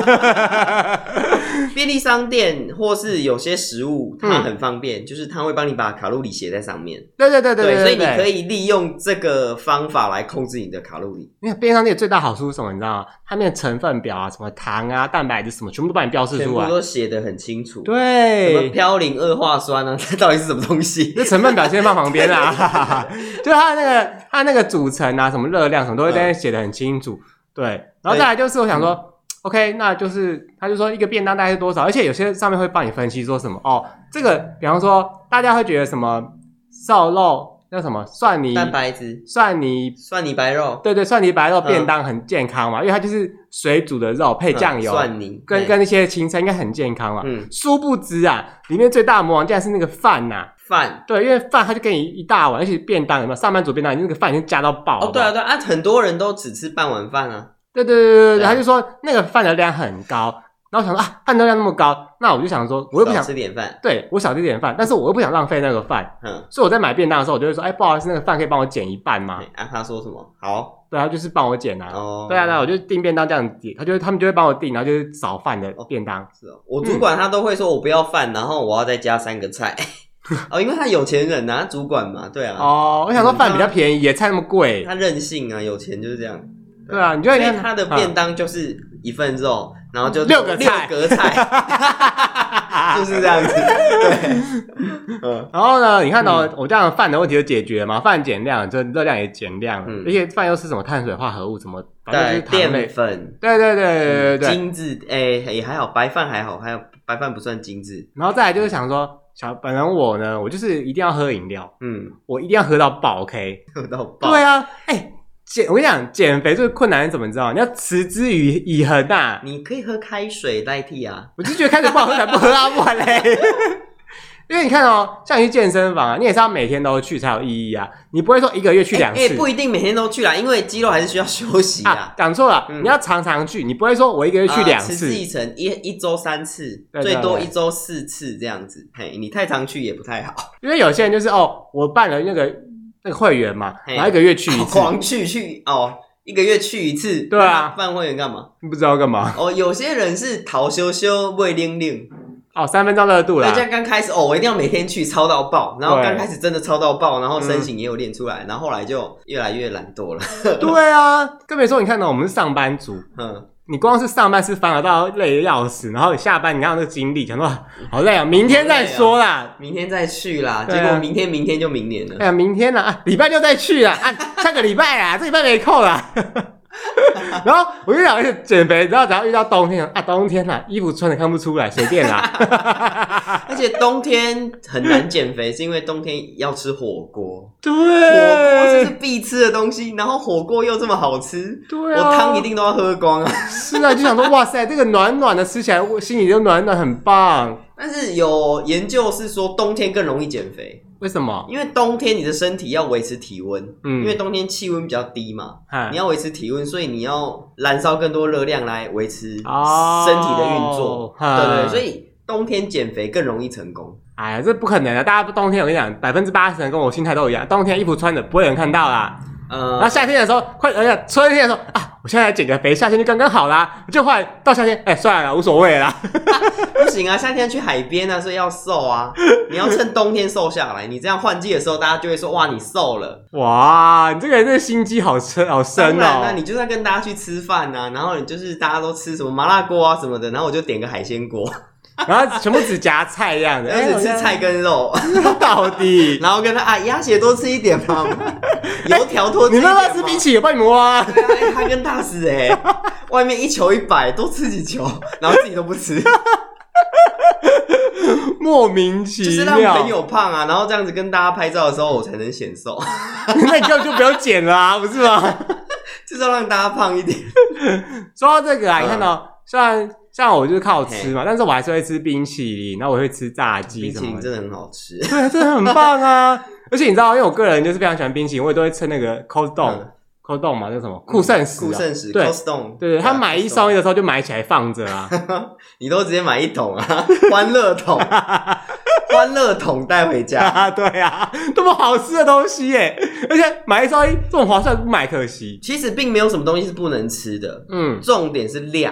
B: 便利商店或是有些食物它很方便、嗯、就是它会帮你把卡路里写在上面。
A: 对对对对 对, 对,
B: 对，所以你可以利用这个方法来控制你的卡路里。
A: 因为便利商店最大好处是什么你知道吗？它那个成分表啊，什么糖啊蛋白质什么全部都帮你标示出来，
B: 全部都写得很清楚。
A: 对，
B: 什么嘌呤二化酸啊，这到底是什么东西？
A: 这成分表先放旁边啊就它那个它那个组成啊什么热量什么都会在那写得很清楚、嗯、对，然后再来就是我想说、嗯OK， 那就是他就说一个便当大概是多少，而且有些上面会帮你分析说什么哦，这个比方说大家会觉得什么瘦肉叫什么蒜泥
B: 蛋白质
A: 蒜泥
B: 蒜泥白肉，对
A: 对，蒜泥白肉便当很健康嘛、嗯、因为它就是水煮的肉配酱油、嗯、
B: 蒜泥
A: 跟跟那些青菜应该很健康嘛。嗯，殊不知啊，里面最大的魔王竟然是那个饭呐、啊。
B: 饭
A: 对，因为饭他就给你一大碗，而且便当有没有上班族便当，你那个饭已经加到爆了。
B: 哦，对啊对啊，很多人都只吃半碗饭啊。
A: 对对对对对，他就说那个饭的量很高，然后我想说啊，饭的量那么高，那我就想说，我又不想
B: 少吃点饭，
A: 对我少吃点饭，但是我又不想浪费那个饭，嗯，所以我在买便当的时候，我就会说，哎，不好意思，那个饭可以帮我减一半吗？
B: 啊，他说什么？好，
A: 对，他就是帮我减啊，哦，对啊，对啊，我就订便当这样子，他就他们就会帮我订，然后就是少饭的便当。
B: 是哦，我主管他都会说我不要饭，然后我要再加三个菜。哦，因为他有钱人啊，主管嘛，对啊。
A: 哦，我想说饭比较便宜，菜那么贵，
B: 他任性啊，有钱就是这样。
A: 对啊，你就会看
B: 他的便当就是一份肉，嗯、然后就
A: 六个菜，
B: 六格菜，就是这样子。对，
A: 嗯，然后呢，你看到、嗯、我这样饭的问题就解决了嘛，饭减量，就热量也减量了，嗯、而且饭又是什么碳水化合物，什么反正就是
B: 淀粉，
A: 对对对对对对，
B: 精致，哎、欸、也还好，白饭还好，还有白饭不算精致。
A: 然后再来就是想说。小本人我呢，我就是一定要喝饮料，嗯，我一定要喝到爆 ，OK，
B: 喝到爆，
A: 对啊，哎、欸，减，我跟你讲，减肥最困难是怎么知道？你要持之以以恒啊！
B: 你可以喝开水代替啊，
A: 我就觉得开水不好喝才不喝啊，不然嘞。因为你看哦，像你去健身房啊，你也是要每天都去才有意义啊。你不会说一个月去两次，
B: 哎、欸欸，不一定每天都去啦，因为肌肉还是需要休息啊。
A: 讲、啊、错了、嗯，你要常常去，你不会说我一个月去两次，
B: 持之以恒，一一周三次，对对对，最多一周四次这样子。嘿，你太常去也不太好。
A: 因为有些人就是哦，我办了那个那个会员嘛，然后一个月去一次，
B: 狂去去哦。一个月去一次，
A: 对啊，
B: 办会员干嘛？
A: 不知道干嘛。
B: 哦，有些人是逃羞羞未令令。
A: 哦，三分钟热度啦。
B: 大家刚开始哦，我一定要每天去超到爆，然后刚开始真的超到爆，然后身形也有练出来、嗯，然后后来就越来越懒惰了。
A: 对啊，更别说你看到我们是上班族，嗯，你光是上班是反而到累得要死，然后你下班你看到那个精力，想说好累啊，明天再说啦，
B: 啊、明天再去啦，结果明天明天就明年了。
A: 哎呀，明天啦，啊，礼拜六再去啦，啊，下个礼拜啦，这礼拜没空啦。然后我就想减肥，然后只要遇到冬天啊，冬天啦，衣服穿的看不出来，随便啦。
B: 而且冬天很难减肥，是因为冬天要吃火锅。
A: 对，
B: 火锅这是必吃的东西，然后火锅又这么好吃，
A: 对啊，
B: 我汤一定都要喝光啊。
A: 是啊，就想说哇塞，这个暖暖的吃起来，我心里就暖暖，很棒。
B: 但是有研究是说，冬天更容易减肥。
A: 为什么？
B: 因为冬天你的身体要维持体温，嗯，因为冬天气温比较低嘛，你要维持体温，所以你要燃烧更多热量来维持身体的运作，哦、对, 对对，所以冬天减肥更容易成功。
A: 哎呀，这不可能啊！大家冬天我跟你讲，百分之八十人跟我心态都一样，冬天衣服穿的不会有人看到啦。呃，然后夏天的时候，快而且春天的时候啊，我现在来减个肥，夏天就刚刚好啦。就后来到夏天，哎、欸，算了，无所谓啦。
B: 不行啊，夏天去海边啊，所以要瘦啊。你要趁冬天瘦下来，你这样换季的时候，大家就会说哇，你瘦了。
A: 哇，你这个人这个心机好深好深哦。
B: 当然，那你就在跟大家去吃饭啊，然后你就是大家都吃什么麻辣锅啊什么的，然后我就点个海鲜锅。
A: 然后全部只夹菜这样子，
B: 只吃菜跟肉，
A: 到底。
B: 然后跟他啊，鸭血多吃一点嘛，油条多吃一点嘛。
A: 你妈妈吃冰淇淋，我帮你摸啊。
B: 对啊，欸、他跟大师哎、欸，外面一球一百，多吃几球，然后自己都不吃，
A: 莫名其妙。
B: 就是让朋友胖啊，然后这样子跟大家拍照的时候，我才能显瘦。
A: 那你根本就不用减了啊，不是吗？
B: 就是要让大家胖一点。
A: 说到这个啊，嗯、你看到虽然。像我就是靠吃嘛，但是我还是会吃冰淇淋，然后我会吃炸鸡什么的。
B: 冰淇淋真的很好吃，
A: 对，真的很棒啊！而且你知道，因为我个人就是非常喜欢冰淇淋，我也都会吃那个 Cold Stone、Cold Stone 嘛，那什么酷盛时、
B: 酷盛时、
A: 对
B: Cold Stone，
A: 对对，他买一送一的时候就买起来放着啊。
B: 你都直接买一桶啊，欢乐桶，欢乐桶带回家。
A: 啊对啊，多么好吃的东西耶！而且买一送一这么划算，不买可惜。
B: 其实并没有什么东西是不能吃的，嗯，重点是量。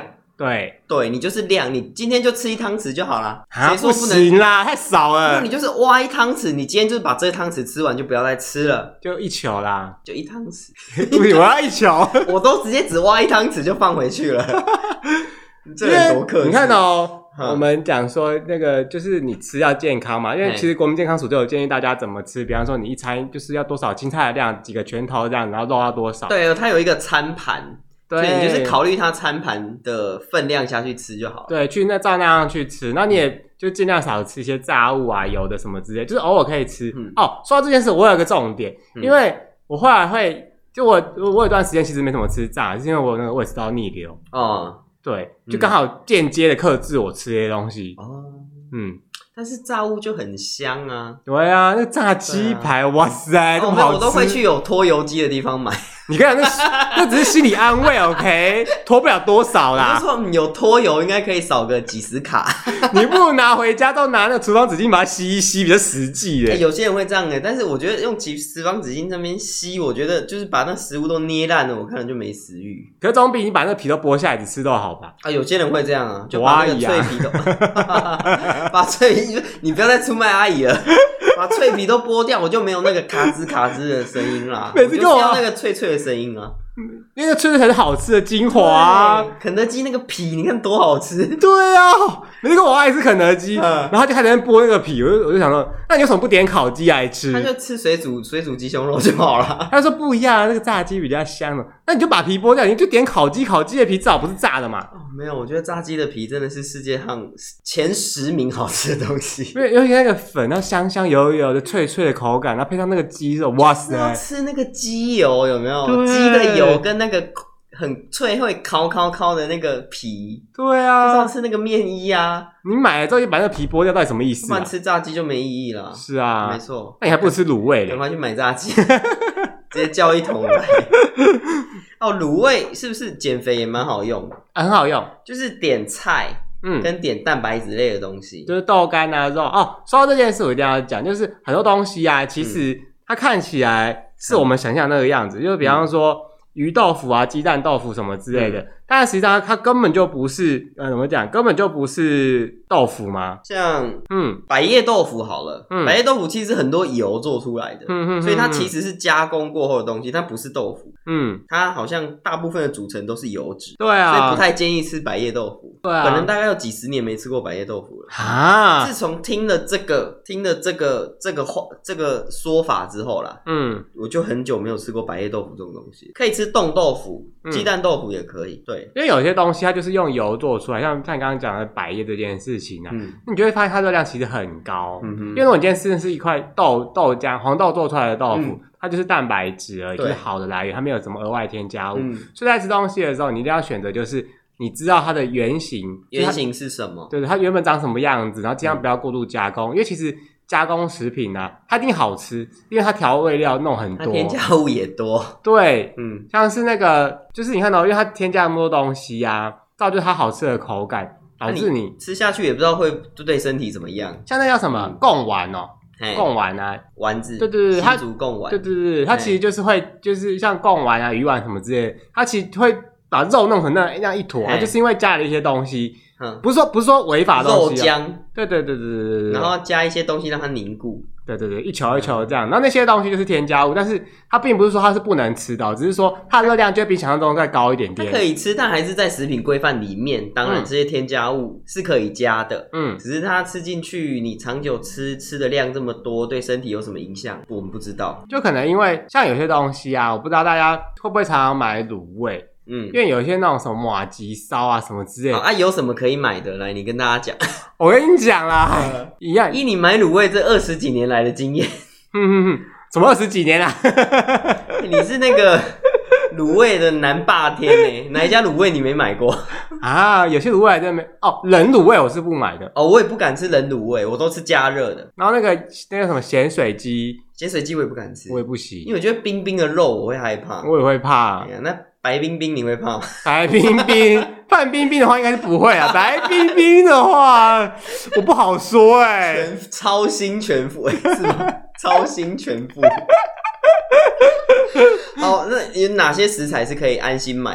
A: 对
B: 对，你就是量，你今天就吃一汤匙就好了。谁说
A: 不能？不行啦，太少了。
B: 那你就是挖一汤匙，你今天就是把这汤匙吃完，就不要再吃了，
A: 就一球啦，
B: 就一汤匙。
A: 不行，我要一球，
B: 我都直接只挖一汤匙就放回去了。这人多客气！
A: 你看哦。我们讲说那个就是你吃要健康嘛，因为其实国民健康署就有建议大家怎么吃，比方说你一餐就是要多少青菜的量，几个拳头这样，然后肉要多少。
B: 对，它有一个餐盘，所以你就是考虑它餐盘的分量下去吃就好了。
A: 对，去那照那样去吃，那你也就尽量少吃一些炸物啊、油的什么之类，就是偶尔可以吃。嗯、哦，说到这件事，我有一个重点，因为我后来会就我我有段时间其实没怎么吃炸，是因为我那个胃食道逆流。哦。对，就刚好间接的克制我吃这些东西。哦，嗯，
B: 但是炸物就很香啊。
A: 对啊，那炸鸡排，啊、哇塞，这么好吃！
B: 我都会去有脱油机的地方买。
A: 你看那那只是心理安慰 ，OK， 脱不了多少啦。
B: 我就说有脱油，应该可以少个几十卡。
A: 你不如拿回家，都拿那个厨房纸巾把它吸一吸，比较实际的、
B: 欸。有些人会这样的，但是我觉得用厨房纸巾这边吸，我觉得就是把那食物都捏烂了，我看了就没食欲。
A: 可是总比你把那个皮都剥下来只吃都好吧？
B: 啊，有些人会这样啊，就把那个脆皮都，把脆皮，你不要再出卖阿姨了。把脆皮都剥掉，我就没有那个卡吱卡吱的声音啦。每次我就是要那个脆脆的声音啊，
A: 因为脆脆才是好吃的精华啊。
B: 肯德基那个皮，你看多好吃。
A: 对啊，那个我爱吃肯德基，嗯、然后他就开始剥那个皮，我就我就想说，那你为什么不点烤鸡来吃？
B: 他就吃水煮水煮鸡胸肉就好了。
A: 他说不一样，那个炸鸡比较香的。那你就把皮剥掉，你就点烤鸡，烤鸡的皮至少不是炸的嘛。
B: 哦，没有，我觉得炸鸡的皮真的是世界上前十名好吃的东西。
A: 因为尤其那个粉，然后香香油油的脆脆的口感，然后配上那个鸡肉，哇塞！
B: 要吃那个鸡油有没有？鸡的油跟那个很脆会烤烤烤的那个皮。
A: 对啊，
B: 就是要吃那个面衣啊。
A: 你买了之后就把那个皮剥掉，到底什么意思、啊？
B: 不然吃炸鸡就没意义了。
A: 是啊，
B: 没错。
A: 那你还不如吃卤味嘞？
B: 赶快去买炸鸡，直接叫一桶来。哦，卤味是不是减肥也蛮好用的、
A: 啊？很好用，
B: 就是点菜。嗯，跟点蛋白质类的东西，
A: 就是豆干啊、肉哦。说到这件事，我一定要讲，就是很多东西啊，其实它看起来是我们想象那个样子，嗯、就是比方说鱼豆腐啊、鸡蛋豆腐什么之类的，嗯、但实际上它根本就不是，呃，怎么讲？根本就不是豆腐嘛。
B: 像嗯，百叶豆腐好了，嗯、百叶豆腐其实很多油做出来的，嗯嗯，所以它其实是加工过后的东西，它不是豆腐。嗯，它好像大部分的组成都是油脂，
A: 对啊，
B: 所以不太建议吃百叶豆腐。
A: 对啊，
B: 可能大概有几十年没吃过百叶豆腐了啊。自从听了这个听了这个这个话这个说法之后啦，嗯，我就很久没有吃过百叶豆腐这种东西。可以吃冻豆腐、鸡蛋豆腐也可以。对，
A: 因为有些东西它就是用油做出来，像像你刚刚讲的百叶这件事情啊，嗯，你就会发现它热量其实很高。嗯哼，因为如果你今天吃的是一块豆豆浆黄豆做出来的豆腐。嗯，它就是蛋白质而已，就是好的来源，它没有什么额外添加物。嗯、所以在吃东西的时候，你一定要选择就是你知道它的原型，
B: 原型是什么？
A: 对，它原本长什么样子，然后尽量不要过度加工，嗯、因为其实加工食品啊，它一定好吃，因为它调味料弄很多，
B: 它添加物也多。
A: 对，嗯，像是那个，就是你看到，因为它添加那么多东西啊，造就它好吃的口感，导致你
B: 吃下去也不知道会对身体怎么样。
A: 像那叫什么贡丸哦。贡丸啊，
B: 丸子，
A: 对对对，它
B: 煮贡丸，
A: 对对对，它其实就是会，就是像贡丸啊、鱼丸什么之类的，它其实会把肉弄成那那样一坨，它就是因为加了一些东西，嗯，不是说不是说违法的东西、啊，
B: 肉浆，
A: 对对对对对对对，
B: 然后加一些东西让它凝固，
A: 对对对，一球一球这样，然后那些东西就是添加物，但是它并不是说它是不能吃的，只是说它的热量就比想象中再高一点点。
B: 它可以吃，但还是在食品规范里面。当然，这些添加物是可以加的，嗯，只是它吃进去，你长久吃吃的量这么多，对身体有什么影响，我们不知道。
A: 就可能因为像有些东西啊，我不知道大家会不会常常买卤味。嗯，因为有一些那种什么麻吉烧啊什么之类的，
B: 啊，有什么可以买的？来，你跟大家讲。
A: 我跟你讲啦，一样，
B: 依你买卤味这二十几年来的经验，
A: 嗯嗯嗯，怎么二十几年啊？
B: 你是那个卤味的南霸天欸，哪一家卤味你没买过
A: 啊？有些卤味还真没哦，冷卤味我是不买的
B: 哦，我也不敢吃冷卤味，我都吃加热的。
A: 然后那个那个什么咸水鸡，
B: 咸水鸡我也不敢吃，
A: 我也不行，
B: 因为我觉得冰冰的肉我会害怕，
A: 我也会怕。
B: 哎呀，那白冰冰你会怕吗？
A: 白冰冰，范冰冰的话应该是不会啊。白冰冰的话，我不好说哎、欸。
B: 全超新全副、欸、是吗？超新全副。好，那有哪些食材是可以安心买的？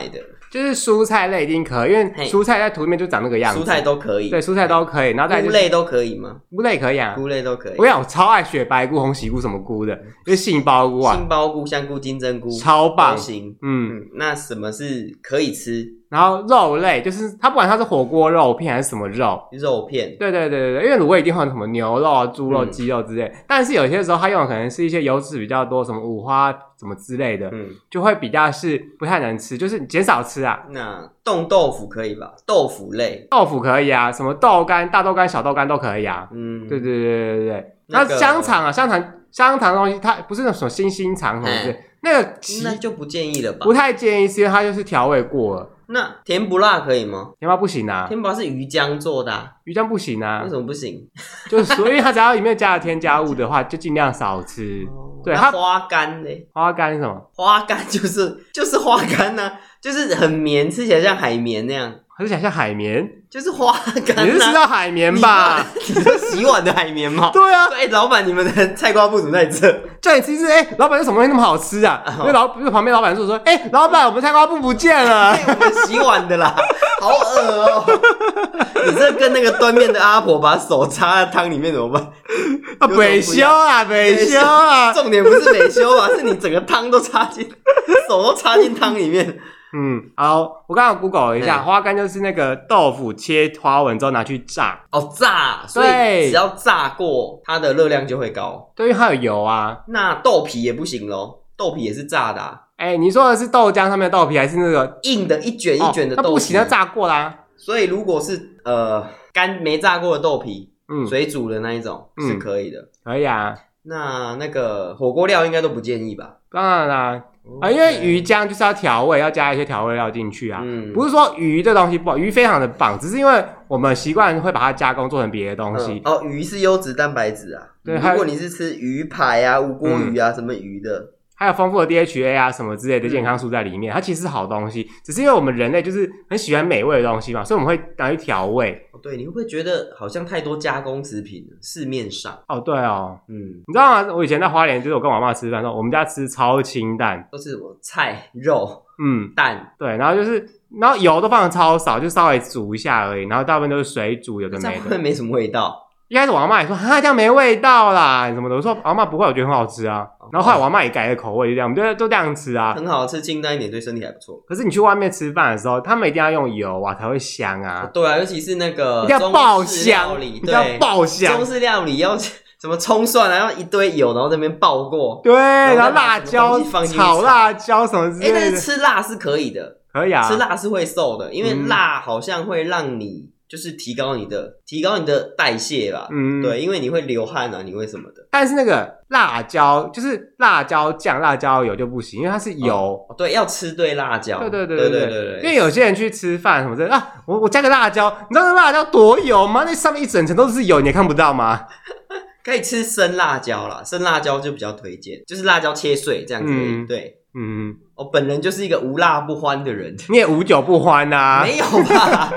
A: 就是蔬菜类一定可以，因为蔬菜在图里面就长那个样子。
B: 蔬菜都可以，
A: 对，蔬菜都可以。然后再、就是、
B: 菇类都可以吗？
A: 菇类可以啊，
B: 菇类都可以。
A: 我跟你讲，我超爱雪白菇、红喜菇什么菇的，就是杏鲍菇啊，
B: 杏鲍菇、香菇、金针菇，
A: 超棒。
B: 行，嗯, 嗯，那什么是可以吃？
A: 然后肉类就是它，不管它是火锅肉片还是什么肉，
B: 肉片，
A: 对对对对对，因为卤味一定会有什么牛肉啊、猪肉、鸡肉之类，嗯、但是有些时候它用的可能是一些油脂比较多，什么五花什么之类的，嗯，就会比较是不太能吃，就是减少吃啊。
B: 那冻豆腐可以吧？豆腐类，
A: 豆腐可以啊，什么豆干、大豆干、小豆干都可以啊。嗯，对对对对对对。那、那個、香肠啊，香肠香肠的东西，它不是那种星星肠什么之类，那个
B: 那就不建议了吧？
A: 不太建议，是因为它就是调味过了。
B: 那甜不辣可以吗？
A: 甜不辣不行啊，
B: 甜不辣是鱼浆做的、啊，
A: 鱼浆不行啊。
B: 为什么不行？
A: 就是所以它只要里面加了添加物的话，就尽量少吃。哦、对，它
B: 花干呢？
A: 花干是什么？
B: 花干就是就是花干呐、啊，就是很绵，吃起来像海绵那样。
A: 还是想像海绵，
B: 就是花干、啊。
A: 你是吃到海绵吧？
B: 你是洗碗的海绵吗？
A: 对啊。
B: 哎、欸，老板，你们的菜瓜布怎么在这？
A: 叫你吃一吃，哎、欸，老板，这什么东西那么好吃啊？因为老，因为旁边老板就说，哎、欸，老板，我们菜瓜布不见了。
B: 欸、我们洗碗的啦，好恶哦、喔！你这跟那个端面的阿婆把手插在汤里面怎么办？
A: 啊，北修啊，北修啊！
B: 重点不是北修啊，是你整个汤都插进，手都插进汤里面。
A: 嗯，好，我刚刚 Google 了一下，花干就是那个豆腐切花纹之后拿去炸。
B: 哦，炸，所以只要炸过，它的热量就会高。
A: 对，因为它有油啊。
B: 那豆皮也不行咯，豆皮也是炸的啊。
A: 哎、欸，你说的是豆浆上面的豆皮，还是那个
B: 硬的一卷一卷的豆皮？哦、
A: 那不行，要炸过啦。
B: 所以如果是呃干没炸过的豆皮，嗯，水煮的那一种、嗯、是可以的。
A: 可以啊。
B: 那那个火锅料应该都不建议吧？
A: 当然啦。啊，因为鱼浆就是要调味，要加一些调味料进去啊。嗯，不是说鱼这东西不好，鱼非常的棒，只是因为我们习惯会把它加工做成别的东西。
B: 嗯、哦，鱼是优质蛋白质啊。对，如果你是吃鱼排啊、无锅鱼啊、嗯、什么鱼的。
A: 还有丰富的 D H A 啊什么之类的健康素在里面、嗯、它其实是好东西，只是因为我们人类就是很喜欢美味的东西嘛，所以我们会拿去调味。
B: 哦，对，你会不会觉得好像太多加工食品了市面上？
A: 哦，对哦，嗯，你知道吗？我以前在花莲，就是我跟我妈吃饭的时候，我们家吃超清淡，
B: 都是什么菜肉，嗯，蛋，
A: 对，然后就是然后油都放的超少，就稍微煮一下而已，然后大部分都是水煮，有的没的，
B: 这样会不会没什么味道？
A: 一开始我阿嬷也说哈这样没味道啦什么的，我说阿嬷不会，我觉得很好吃啊。然后后来我阿嬷也改了口味，就这样，我们就都这样吃啊，
B: 很好吃，清淡一点对身体还不错。
A: 可是你去外面吃饭的时候，他们一定要用油啊才会香啊。
B: 哦、对啊，尤其是那个
A: 一定要爆香，
B: 一
A: 定要爆香。
B: 中式料理要什么葱蒜啊，要一堆油，然后在那边爆过。
A: 对，然后辣椒炒辣椒什么之类的。
B: 哎、欸，但是吃辣是可以的，
A: 可以啊，
B: 吃辣是会瘦的，因为辣好像会让你。就是提高你的提高你的代谢吧，嗯，对，因为你会流汗啊，你会什么的。
A: 但是那个辣椒就是辣椒酱、辣椒油就不行，因为它是油。
B: 哦、对，要吃对辣椒。
A: 对对对对
B: 对, 对, 对, 对, 对
A: 因为有些人去吃饭什么的啊，我我加个辣椒，你知道那辣椒多油吗？那上面一整层都是油，你也看不到吗？
B: 可以吃生辣椒啦，生辣椒就比较推荐，就是辣椒切碎这样子、嗯。对，嗯，我本人就是一个无辣不欢的人。
A: 你也无酒不欢啊？
B: 没有吧？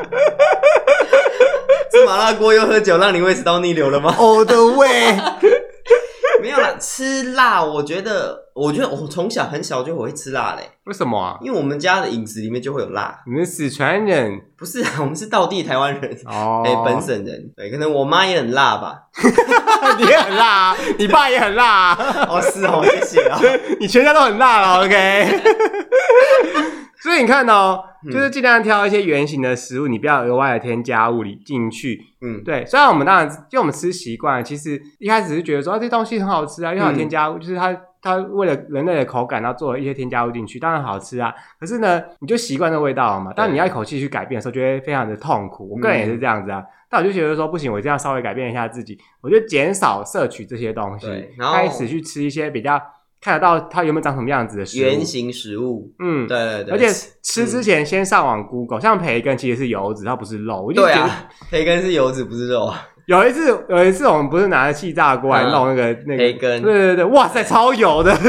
B: 吃麻辣锅又喝酒，让你胃食道逆流了吗？
A: 我的胃
B: 没有啦，吃辣，我觉得，我觉得我从小很小就我会吃辣嘞。
A: 为什么啊？
B: 因为我们家的饮食里面就会有辣。
A: 你们四川人？
B: 不是啊，我们是道地台湾人哦，哎、欸，本省人。对，可能我妈也很辣吧。
A: 你也很辣啊，你爸也很辣啊。
B: 哦，是哦，谢谢啊。
A: 你全家都很辣了 ，OK。所以你看哦，就是尽量挑一些原型的食物，你不要额外的添加物里进去。嗯，对。虽然我们当然，就我们吃习惯，其实一开始是觉得说，啊，这东西很好吃啊，因为它有添加物，嗯、就是它它为了人类的口感，然后做了一些添加物进去，当然好吃啊。可是呢，你就习惯那味道了嘛。当你要一口气去改变的时候，就会非常的痛苦。我个人也是这样子啊。嗯、但我就觉得说，不行，我一定要稍微改变一下自己，我就减少摄取这些东西，然后开始去吃一些比较。看得到它有没有长什么样子的食物，
B: 原型食物，嗯，对对对，
A: 而且吃之前先上网 Google，、嗯、像培根其实是油脂，它不是肉。我就
B: 对啊，培根是油脂，不是肉啊。
A: 有一次，有一次我们不是拿着气炸锅来弄那个、嗯、那个
B: 培根，
A: 对对对，哇塞，超油的。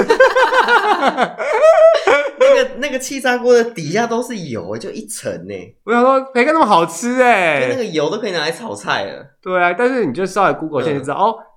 B: 那个那个气炸锅的底下都是油，就一层呢。
A: 我想说培根那么好吃哎，
B: 就那个油都可以拿来炒菜了。
A: 对啊，但是你就稍微 Google 一下就知道、嗯、哦。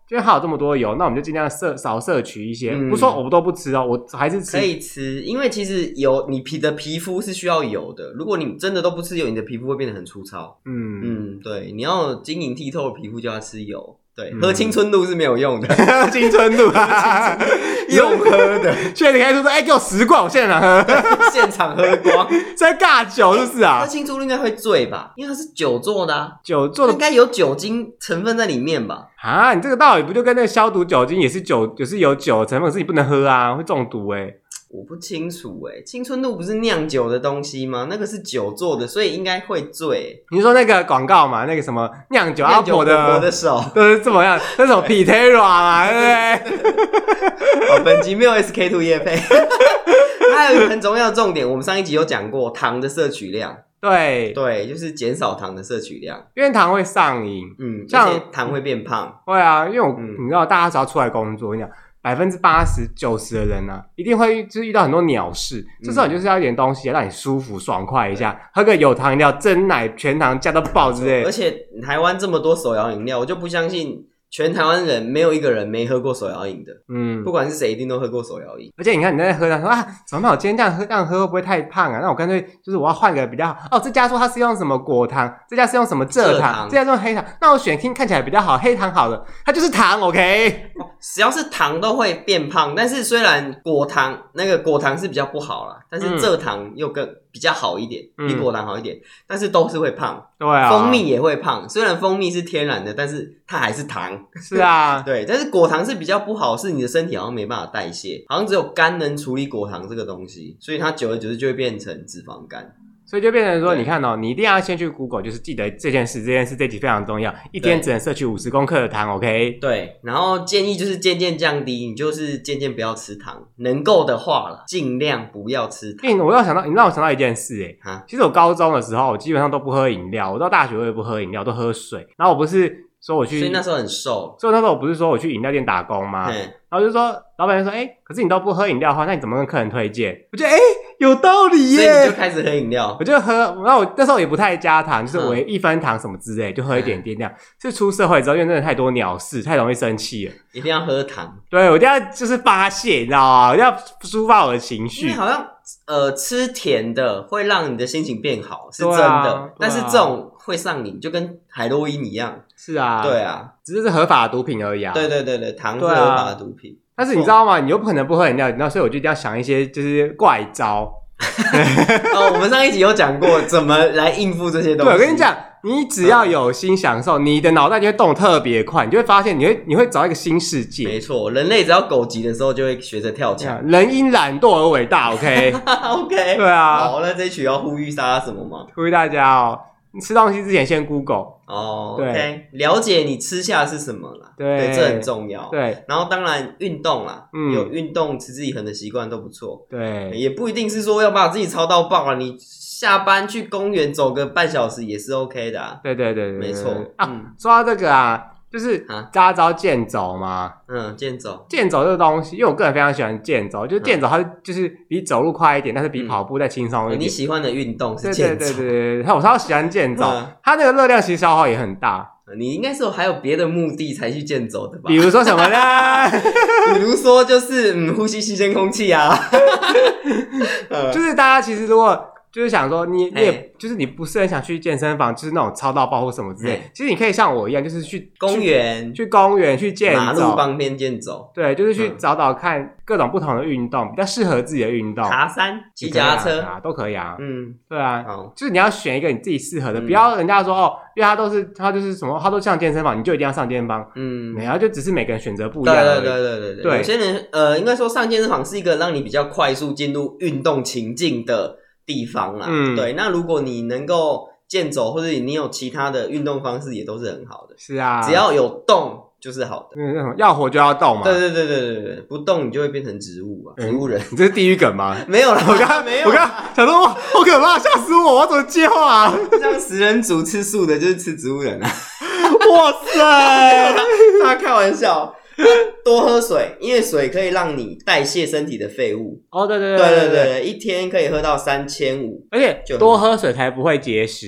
A: 因为它有这么多油，那我们就尽量摄少摄取一些。嗯、不是说我都不吃哦，我还是吃。
B: 可以吃，因为其实油，你皮的皮肤是需要油的。如果你真的都不吃油，你的皮肤会变得很粗糙。嗯嗯，对，你要晶莹剔透的皮肤就要吃油。对，喝青春露是没有用的。
A: 青春露啊，
B: 用喝的。
A: 现在你开始说，哎、欸，给我十罐，我现场喝，
B: 现场喝光，
A: 在尬酒是不是啊？
B: 喝青春露应该会醉吧？因为它是酒做的啊，
A: 酒做的
B: 应该有酒精成分在里面吧？
A: 啊，你这个道理不就跟那个消毒酒精也是酒，就是有酒成分，可是你不能喝啊，会中毒哎、欸。
B: 我不清楚哎、欸，青春露不是酿酒的东西吗？那个是酒做的，所以应该会醉。
A: 你说那个广告嘛，那个什么酿酒阿婆的
B: 我的手
A: 都是这么样，那种 Pitera 嘛，对不对？
B: 好，本集没有 S K two 业配。还有一个很重要的重点，我们上一集有讲过糖的摄取量。
A: 对
B: 对，就是减少糖的摄取量，
A: 因为糖会上瘾，
B: 嗯，像糖会变胖。
A: 会啊，因为我、嗯、你知道，大家只要出来工作，我跟你讲。百分之八十九十的人呢、啊，一定会就是遇到很多鸟事。嗯、这时候你就是要一点东西让你舒服爽快一下，喝个有糖饮料，珍奶全糖加到爆之类的。
B: 而且台湾这么多手摇饮料，我就不相信全台湾人没有一个人没喝过手摇饮的。嗯，不管是谁，一定都喝过手摇饮。
A: 而且你看你在喝，他说啊，怎么办？我今天这样喝，这样喝会不会太胖啊？那我干脆就是我要换个比较好。哦，这家说它是用什么果糖，这家是用什么蔗糖，这家用黑糖。那我选听看起来比较好，黑糖好了，它就是糖 ，OK。
B: 只要是糖都会变胖，但是虽然果糖那个果糖是比较不好啦，但是蔗糖又更比较好一点，嗯、比果糖好一点，但是都是会胖。
A: 对啊，
B: 蜂蜜也会胖，虽然蜂蜜是天然的，但是它还是糖。
A: 是啊，
B: 对，但是果糖是比较不好，是你的身体好像没办法代谢，好像只有肝能处理果糖这个东西，所以它久而久之就会变成脂肪肝。
A: 所以就变成说，你看哦，你一定要先去 Google， 就是记得这件事，这件事这集非常重要，一天只能摄取五十公克的糖 ，OK？
B: 对，然后建议就是渐渐降低，你就是渐渐不要吃糖，能够的话啦，尽量不要吃糖。
A: 因为我要想到，你让我想到一件事，哎，啊，其实我高中的时候，我基本上都不喝饮料，我到大学我也不喝饮料，都喝水。然后我不是说我去，
B: 所以那时候很瘦，
A: 所以那时候我不是说我去饮料店打工吗？然后就说老板就说，哎、欸，可是你都不喝饮料的话，那你怎么跟客人推荐？我觉得哎、欸、有道理耶，
B: 所以你就开始喝饮料。
A: 我就喝，然后我那时候也不太加糖，就是我一分糖什么之类，就喝一点点这样。嗯、是出社会之后，因为真的太多鸟事，太容易生气了，
B: 一定要喝糖。
A: 对，我一定要就是发泄，你知道吗？我一定要抒发我的情绪。
B: 因为好像呃吃甜的会让你的心情变好，是真的，啊啊、但是这种会上瘾，就跟海洛因一样。
A: 是啊，
B: 对啊，
A: 只是合法的毒品而已啊。
B: 对对对对，糖是合法的毒品。
A: 但是你知道吗？你又不可能不喝饮料，你知道，所以我就一定要想一些就是怪招。
B: 哦，我们上一集有讲过怎么来应付这些东西。
A: 对，我跟你讲，你只要有心享受，嗯、你的脑袋就会动特别快，你就会发现，你会你会找一个新世界。
B: 没错，人类只要狗急的时候，就会学着跳墙。
A: 人因懒惰而伟大 ，OK？OK？、
B: Okay?
A: 对啊。
B: 好，那这一曲要呼吁大家什么吗？
A: 呼吁大家哦。你吃东西之前先 Google
B: 哦 ，OK， 了解你吃下的是什么啦，对，对，这很重要。
A: 对，
B: 然后当然运动啦，嗯，有运动持之以恒的习惯都不错。
A: 对，
B: 也不一定是说要把自己操到爆啊，你下班去公园走个半小时也是 OK 的啊。
A: 对对对对，
B: 没错
A: 啊。嗯、说到这个啊。就是大家知道健走吗？
B: 嗯，健走，
A: 健走这个东西，因为我个人非常喜欢健走，就是健走它就是比走路快一点，但是比跑步再轻松一点。
B: 嗯、你喜欢的运动是健走，
A: 对对对对对，我超喜欢健走，嗯、它那个热量其实消耗也很大。
B: 你应该是还有别的目的才去健走的吧？
A: 比如说什么呢？
B: 比如说就是嗯，呼吸新鲜空气啊。
A: 就是大家其实如果。就是想说你，你也就是你不是很想去健身房，就是那种超到爆或什么之类。其实你可以像我一样，就是去
B: 公园、
A: 去公园去健走，
B: 马路旁边健走。
A: 对，就是去找找看各种不同的运动，比较适合自己的运动。
B: 爬山、骑脚踏车
A: 啊，都可以啊。
B: 嗯，
A: 对啊，就是你要选一个你自己适合的，不要人家说哦，因为他都是他就是什么，他都上健身房，你就一定要上健身房。嗯，然后就只是每个人选择不一样而已。
B: 对对对对对对。有些人呃，应该说上健身房是一个让你比较快速进入运动情境的地方啦，嗯，对，那如果你能够健走，或者你有其他的运动方式，也都是很好的。
A: 是啊，
B: 只要有动就是好的。
A: 嗯，那种要活就要动嘛。
B: 对对对对对对，不动你就会变成植物啊，植物人。
A: 你这是地狱梗吗？
B: 没有啦，
A: 我刚刚
B: 没有，
A: 我刚刚想说哇，好可怕，吓死我！我要怎么接话啊？
B: 像食人族吃素的，就是吃植物人啊。
A: 哇塞，
B: 他开玩笑。多喝水，因为水可以让你代谢身体的废物。
A: 哦，对对
B: 对对对对，一天可以喝到三千五，
A: 而且多喝水才不会结石。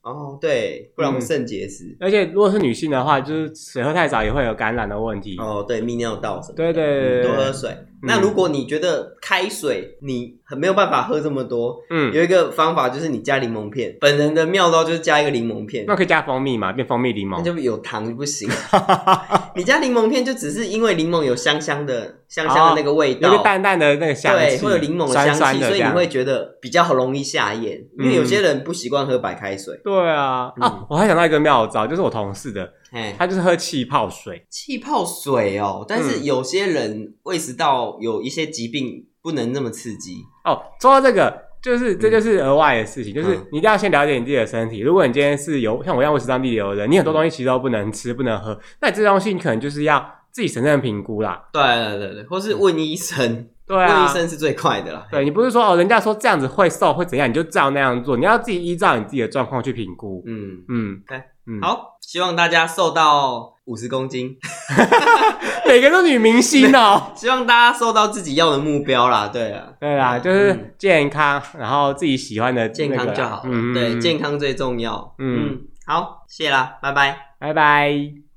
B: 哦，对，不然会肾结石、嗯。
A: 而且如果是女性的话，就是水喝太少也会有感染的问题。
B: 哦，对，泌尿道什么的。
A: 对对 对, 对、嗯，
B: 多喝水。那如果你觉得开水你很没有办法喝这么多，嗯，有一个方法就是你加柠檬片。本人的妙招就是加一个柠檬片。
A: 那可以加蜂蜜嘛？变蜂蜜柠檬。
B: 那就有糖就不行。你加柠檬片就只是因为柠檬有香香的、香香的那个味道，
A: 有个淡淡的那个香气，
B: 对，会有柠檬的香气，
A: 酸酸的，
B: 所以你会觉得比较容易下咽。因为有些人不习惯喝白开水。
A: 对啊，嗯、啊，我还想到一个妙招，就是我同事的。他就是喝气泡水，
B: 气泡水哦，但是有些人胃食道有一些疾病不能那么刺激
A: 哦。说到这个，就是这就是额外的事情，嗯、就是你一定要先了解你自己的身体。如果你今天是有像我一样胃食道逆流的人，你很多东西其实都不能吃、不能喝，那你这东西你可能就是要自己审慎评估啦。
B: 对对对对，或是问医生。
A: 对啊，
B: 问医生是最快的啦。
A: 对，你不是说哦，人家说这样子会瘦会怎样，你就照那样做，你要自己依照你自己的状况去评估。嗯
B: 嗯，对，嗯，好，希望大家瘦到五十公斤，
A: 每个都女明星哦。
B: 希望大家瘦到自己要的目标啦，对啊，
A: 对啦，就是健康，嗯、然后自己喜欢的、那個、
B: 健康就好了。嗯，对，健康最重要。嗯，嗯好，谢啦，拜拜，
A: 拜拜。